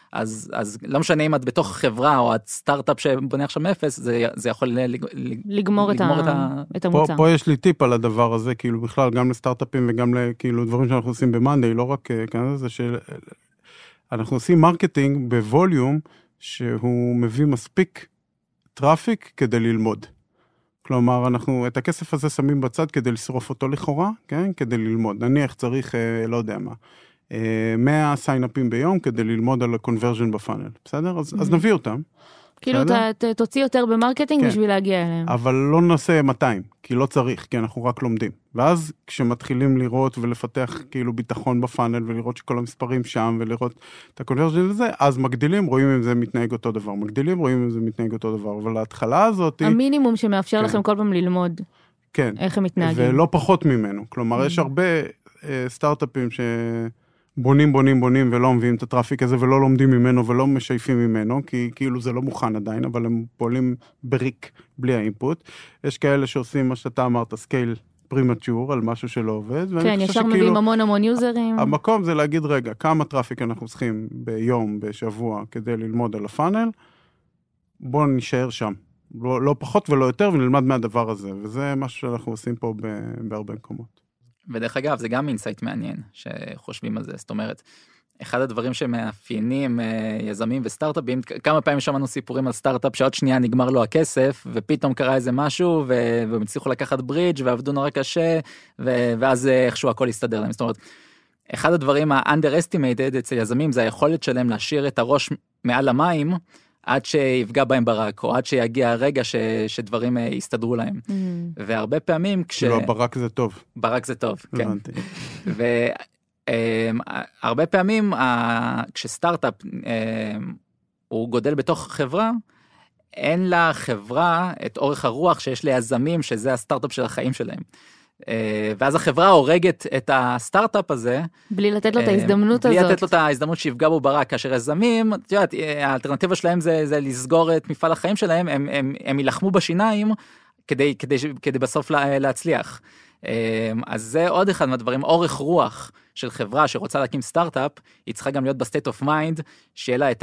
אז לא משנה אם את בתוך חברה או את סטארט-אפ שבונה עכשיו מאפס, זה יכול לגמור את המוצר. פה יש לי טיפ על הדבר הזה, כאילו בכלל גם לסטארט-אפים וגם כאילו דברים שאנחנו עושים במאנדי, לא רק כאן, זה שאנחנו עושים מרקטינג בווליום שהוא מביא מספיק טראפיק כדי ללמוד. כלומר, אנחנו את הכסף הזה שמים בצד כדי לשרוף אותו לכאורה, כן? כדי ללמוד. נניח צריך, לא יודע מה, 100 סיינאפים ביום כדי ללמוד על הקונברז'ן בפאנל, בסדר? אז נביא אותם. כאילו תוציא יותר במרקטינג בשביל להגיע אליהם. אבל לא נעשה 200, כי לא צריך, כי אנחנו רק לומדים. ואז כשמתחילים לראות ולפתח כאילו ביטחון בפאנל, ולראות שכל המספרים שם, ולראות את הקונברז'ן וזה, אז מגדילים, רואים אם זה מתנהג אותו דבר. מגדילים, רואים אם זה מתנהג אותו דבר. אבל ההתחלה הזאת המינימום שמאפשר לכם כל פעם ללמוד איך הם מתנהגים. ולא פחות ממנו. כלומר, יש הרבה סטארט-אפים בונים ולא מביאים את הטראפיק הזה ולא לומדים ממנו ולא משייפים ממנו, כי כאילו זה לא מוכן עדיין, אבל הם פועלים בריק בלי האינפוט. יש כאלה שעושים מה שאתה אמרת, סקייל פרימטור על משהו שלא עובד. כן, ישר מביאים המון יוזרים. המקום זה להגיד, רגע, כמה טראפיק אנחנו צריכים ביום, בשבוע, כדי ללמוד על הפאנל, בואו נשאר שם. לא פחות ולא יותר, ונלמד מהדבר הזה. וזה משהו שאנחנו עושים פה בהרבה מקומות. ודרך אגב, זה גם אינסייט מעניין שחושבים על זה. זאת אומרת, אחד הדברים שמאפיינים יזמים וסטארט-אפים, כמה פעמים שמענו סיפורים על סטארט-אפ שעוד שנייה נגמר לו הכסף, ופתאום קרה איזה משהו, והם הצליחו לקחת ברידג' ועבדו נורא קשה, ואז איכשהו הכל יסתדר להם. זאת אומרת, אחד הדברים ה-underestimated אצל יזמים, זה היכולת שלהם להשאיר את הראש מעל המים, עד שיפגע בהם ברק, או עד שיגיע הרגע שדברים יסתדרו להם. והרבה פעמים כאילו ברק זה טוב. ברק זה טוב, כן. והרבה פעמים כשסטארט-אפ הוא גודל בתוך חברה, אין לחברה את אורך הרוח שיש ליזמים, שזה הסטארט-אפ של החיים שלהם. ואז החברה הורגת את הסטארט-אפ הזה. בלי לתת לו את ההזדמנות הזאת. בלי לתת לו את ההזדמנות שיפגע בו ברק, כאשר יזמים, את יודעת, האלטרנטיבה שלהם זה לסגור את מפעל החיים שלהם, הם ילחמו בשיניים, כדי בסוף להצליח. אז זה עוד אחד מהדברים, אורך רוח של חברה שרוצה להקים סטארט-אפ, היא צריכה גם להיות בסטייט אוף מיינד, שיהיה לה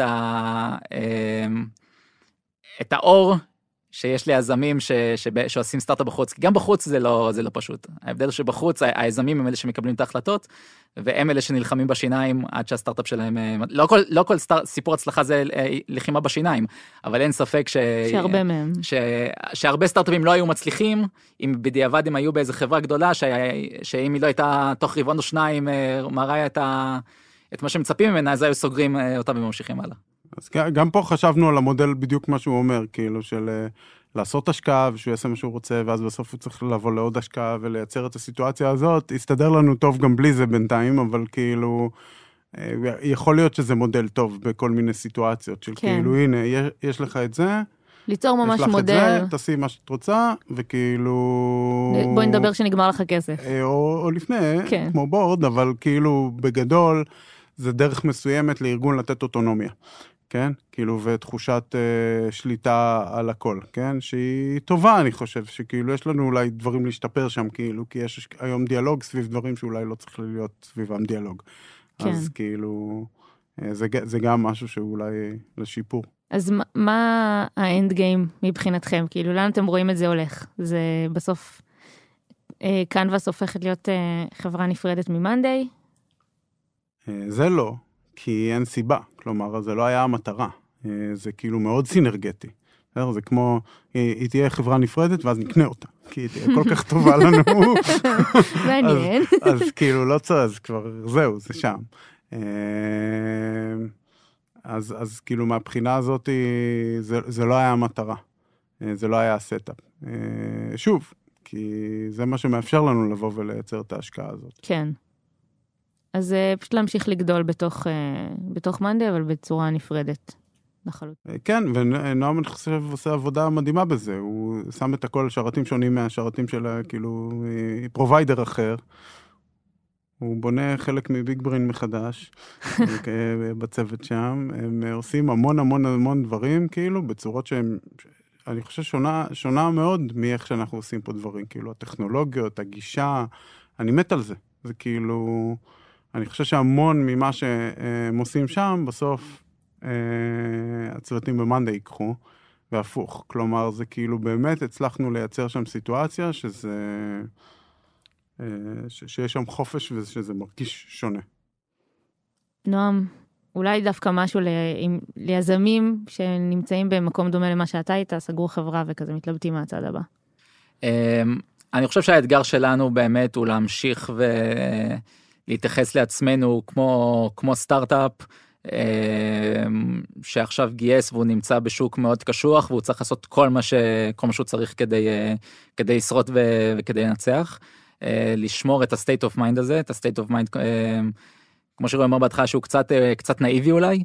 את האור שיש ליזמים שעושים סטארט-אפ בחוץ, כי גם בחוץ זה לא פשוט. ההבדל שבחוץ, היזמים הם אלה שמקבלים את ההחלטות, והם אלה שנלחמים בשיניים עד שהסטארט-אפ שלהם, לא כל סיפור הצלחה זה לחימה בשיניים, אבל אין ספק שהרבה מהם. שהרבה סטארט-אפים לא היו מצליחים, אם בדיעבד הם היו באיזו חברה גדולה, שאם היא לא הייתה תוך רבעון או שניים, מראה את מה שמצפים ממנה, אז היו סוגרים אותה וממשיכים הלאה. אז גם פה חשבנו על המודל בדיוק מה שהוא אומר, כאילו של לעשות השקעה ושהוא יעשה מה שהוא רוצה, ואז בסוף הוא צריך לבוא לעוד השקעה ולייצר את הסיטואציה הזאת, יסתדר לנו טוב גם בלי זה בינתיים, אבל כאילו, יכול להיות שזה מודל טוב בכל מיני סיטואציות, של כן. כאילו, הנה, יש לך את זה, ליצור ממש מודל. יש לך את זה, תעשי מה שאת רוצה, וכאילו... בואי נדבר שנגמר לך כסף. או לפני, כן. כמו בורד, אבל כאילו, בגדול, זה דרך מסוימת לארגון לתת אוטונומיה. כן? כאילו, ותחושת שליטה על הכל, כן? שהיא טובה, אני חושב, שכאילו יש לנו אולי דברים להשתפר שם, כאילו, כי יש היום דיאלוג סביב דברים שאולי לא צריך להיות סביבם דיאלוג. כן. אז כאילו, זה גם משהו שאולי לשיפור. אז מה האנד גיים מבחינתכם? כאילו, לאן אתם רואים את זה הולך? זה בסוף, קנבאס הופכת להיות חברה נפרדת ממנדיי? זה לא. כי אין סיבה, כלומר, זה לא היה המטרה, זה כאילו מאוד סינרגטי, זה כמו, היא תהיה חברה נפרדת, ואז נקנה אותה, כי היא תהיה כל כך טובה לנו, מעניין. אז כאילו לא צריך, אז כבר זהו, זה שם. אז כאילו מהבחינה הזאת, זה לא היה המטרה, זה לא היה הסטאפ. שוב, כי זה מה שמאפשר לנו לבוא ולייצר את ההשקעה הזאת. כן. אז פשוט להמשיך לגדול בתוך מנדי, אבל בצורה נפרדת. כן, ונועם אני חושב עושה עבודה מדהימה בזה, הוא שם את הכל שרתים שונים מהשרתים שלה, כאילו, פרוביידר אחר, הוא בונה חלק מביג ברין מחדש, בצוות שם, הם עושים המון המון המון דברים, כאילו, בצורות שהם, אני חושב שונה מאוד מאיך שאנחנו עושים פה דברים, כאילו, הטכנולוגיות, הגישה, אני מת על זה, זה כאילו... אני חושב שהמון ממה שהם עושים שם, בסוף הצוותים במנדי ייקחו, והפוך. כלומר, זה כאילו באמת הצלחנו לייצר שם סיטואציה שיש שם חופש ושזה מרגיש שונה. נועם, אולי דווקא משהו ליזמים שנמצאים במקום דומה למה שאתה היית, סגרו חברה וכזה מתלבטים מהצד הבא. אני חושב שהאתגר שלנו באמת הוא להמשיך להתייחס לעצמנו כמו סטארט-אפ, שעכשיו גייס והוא נמצא בשוק מאוד קשוח, והוא צריך לעשות כל מה שהוא צריך כדי לשרוד וכדי לנצח. לשמור את ה-state of mind הזה, את ה-state of mind, כמו שרואי אמר בהתחלה, שהוא קצת נאיבי אולי,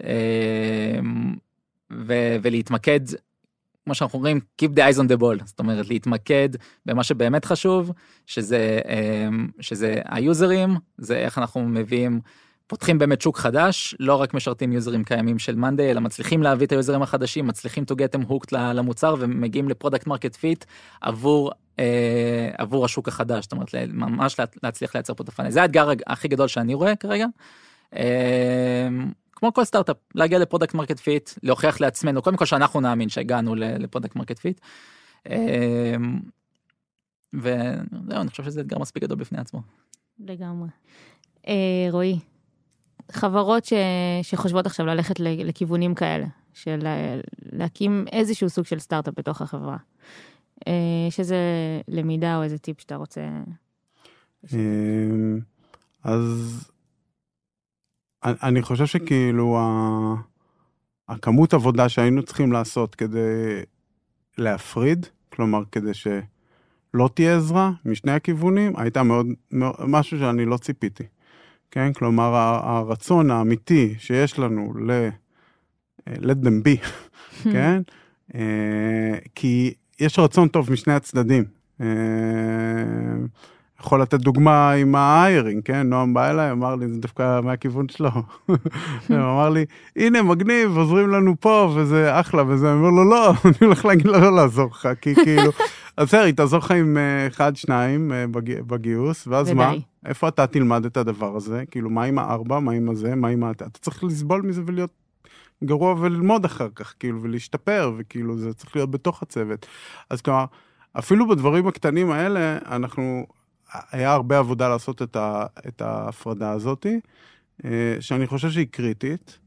ולהתמקד, כמו שאנחנו אומרים, keep the eyes on the ball, זאת אומרת, להתמקד במה שבאמת חשוב, שזה היוזרים, זה איך אנחנו מביאים, פותחים באמת שוק חדש, לא רק משרתים יוזרים קיימים של מנדי, אלא מצליחים להביא את היוזרים החדשים, מצליחים to get them hooked למוצר, ומגיעים לפרודקט מרקט פיט עבור השוק החדש, זאת אומרת, ממש להצליח לייצר פה את הפאנל. זה האתגר הכי גדול שאני רואה כרגע. כמו כל סטארט-אפ, להגיע לפרודקט מרקט פיט, להוכיח לעצמנו, קודם כל שאנחנו נאמין שהגענו לפרודקט מרקט פיט, וזהו, אני חושב שזה אתגר מספיק גדול בפני עצמו. לגמרי. רועי, חברות שחושבות עכשיו ללכת לכיוונים כאלה, של להקים איזשהו סוג של סטארט-אפ בתוך החברה, שזה למידה או איזה טיפ שאתה רוצה? אז אני חושב שכאילו הכמות עבודה שהיינו צריכים לעשות כדי להפריד, כלומר כדי שלא תהיה עזרה משני הכיוונים, הייתה מאוד, משהו שאני לא ציפיתי. כן? כלומר, הרצון האמיתי שיש לנו let them be, כן? כי יש רצון טוב משני הצדדים. יכול לתת דוגמה עם ההיירינג, כן? נועם בא אליי, אמר לי, זה דווקא מהכיוון שלו. הוא אמר לי, הנה, מגניב, עוזרים לנו פה, וזה אחלה, וזה, אני אומר לו, לא, אני הולך להגיד לו, לא לעזור לך, כי כאילו, אז בסדר, היא תעזור לך עם 1-2 בגיוס, ואז מה? איפה אתה תלמד את הדבר הזה? כאילו, מה עם 4, מה עם זה, מה עם אתה צריך לסבול מזה ולהיות גרוע וללמוד אחר כך, כאילו, ולהשתפר, וכאילו, זה צריך להיות בתוך הצוות. אז כלומר, אפילו בדברים הקטנים האלה, היה הרבה עבודה לעשות את ההפרדה הזאת, שאני חושב שהיא קריטית,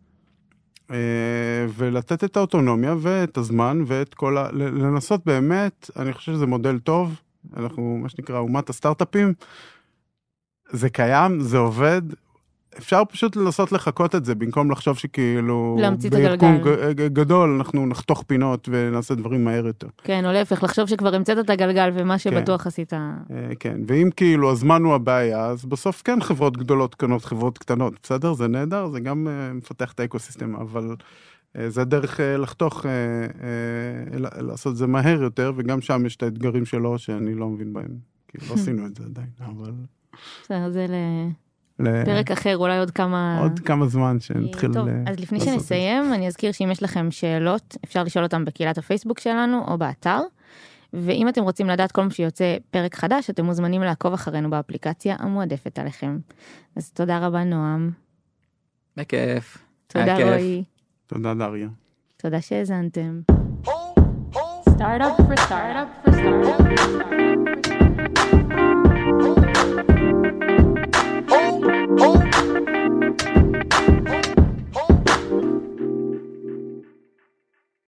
ולתת את האוטונומיה ואת הזמן ואת לנסות באמת, אני חושב שזה מודל טוב, אנחנו, מה שנקרא, אומת הסטארט-אפים, זה קיים, זה עובד, אפשר פשוט לנסות לחכות את זה, במקום לחשוב שכאילו, להמציא את הגלגל. גדול, אנחנו נחתוך פינות ונעשה דברים מהר יותר. כן, או להפך, לחשוב שכבר המצאת את הגלגל, ומה שבטוח עשית. כן, ואם כאילו הזמן הוא הבעיה, אז בסוף כן חברות גדולות קנות חברות קטנות, בסדר? זה נהדר, זה גם מפתח את האקוסיסטם, אבל זה דרך לחתוך, לעשות זה מהר יותר, וגם שם יש את האתגרים שלו, שאני לא מבין בהם. כאילו, לא עשינו את זה עדיין, אבל... בסדר, זה פרק אחר, אולי עוד כמה זמן שנתחיל... טוב, אז לפני שנסיים, אני אזכיר שאם יש לכם שאלות, אפשר לשאול אותם בקהילת הפייסבוק שלנו, או באתר, ואם אתם רוצים לדעת כל מה שיוצא פרק חדש, אתם מוזמנים לעקוב אחרינו באפליקציה המועדפת עליכם. אז תודה רבה, נועם. בכיף. תודה, רועי. תודה, דריה. תודה שהזנתם. Startup for startup for startup.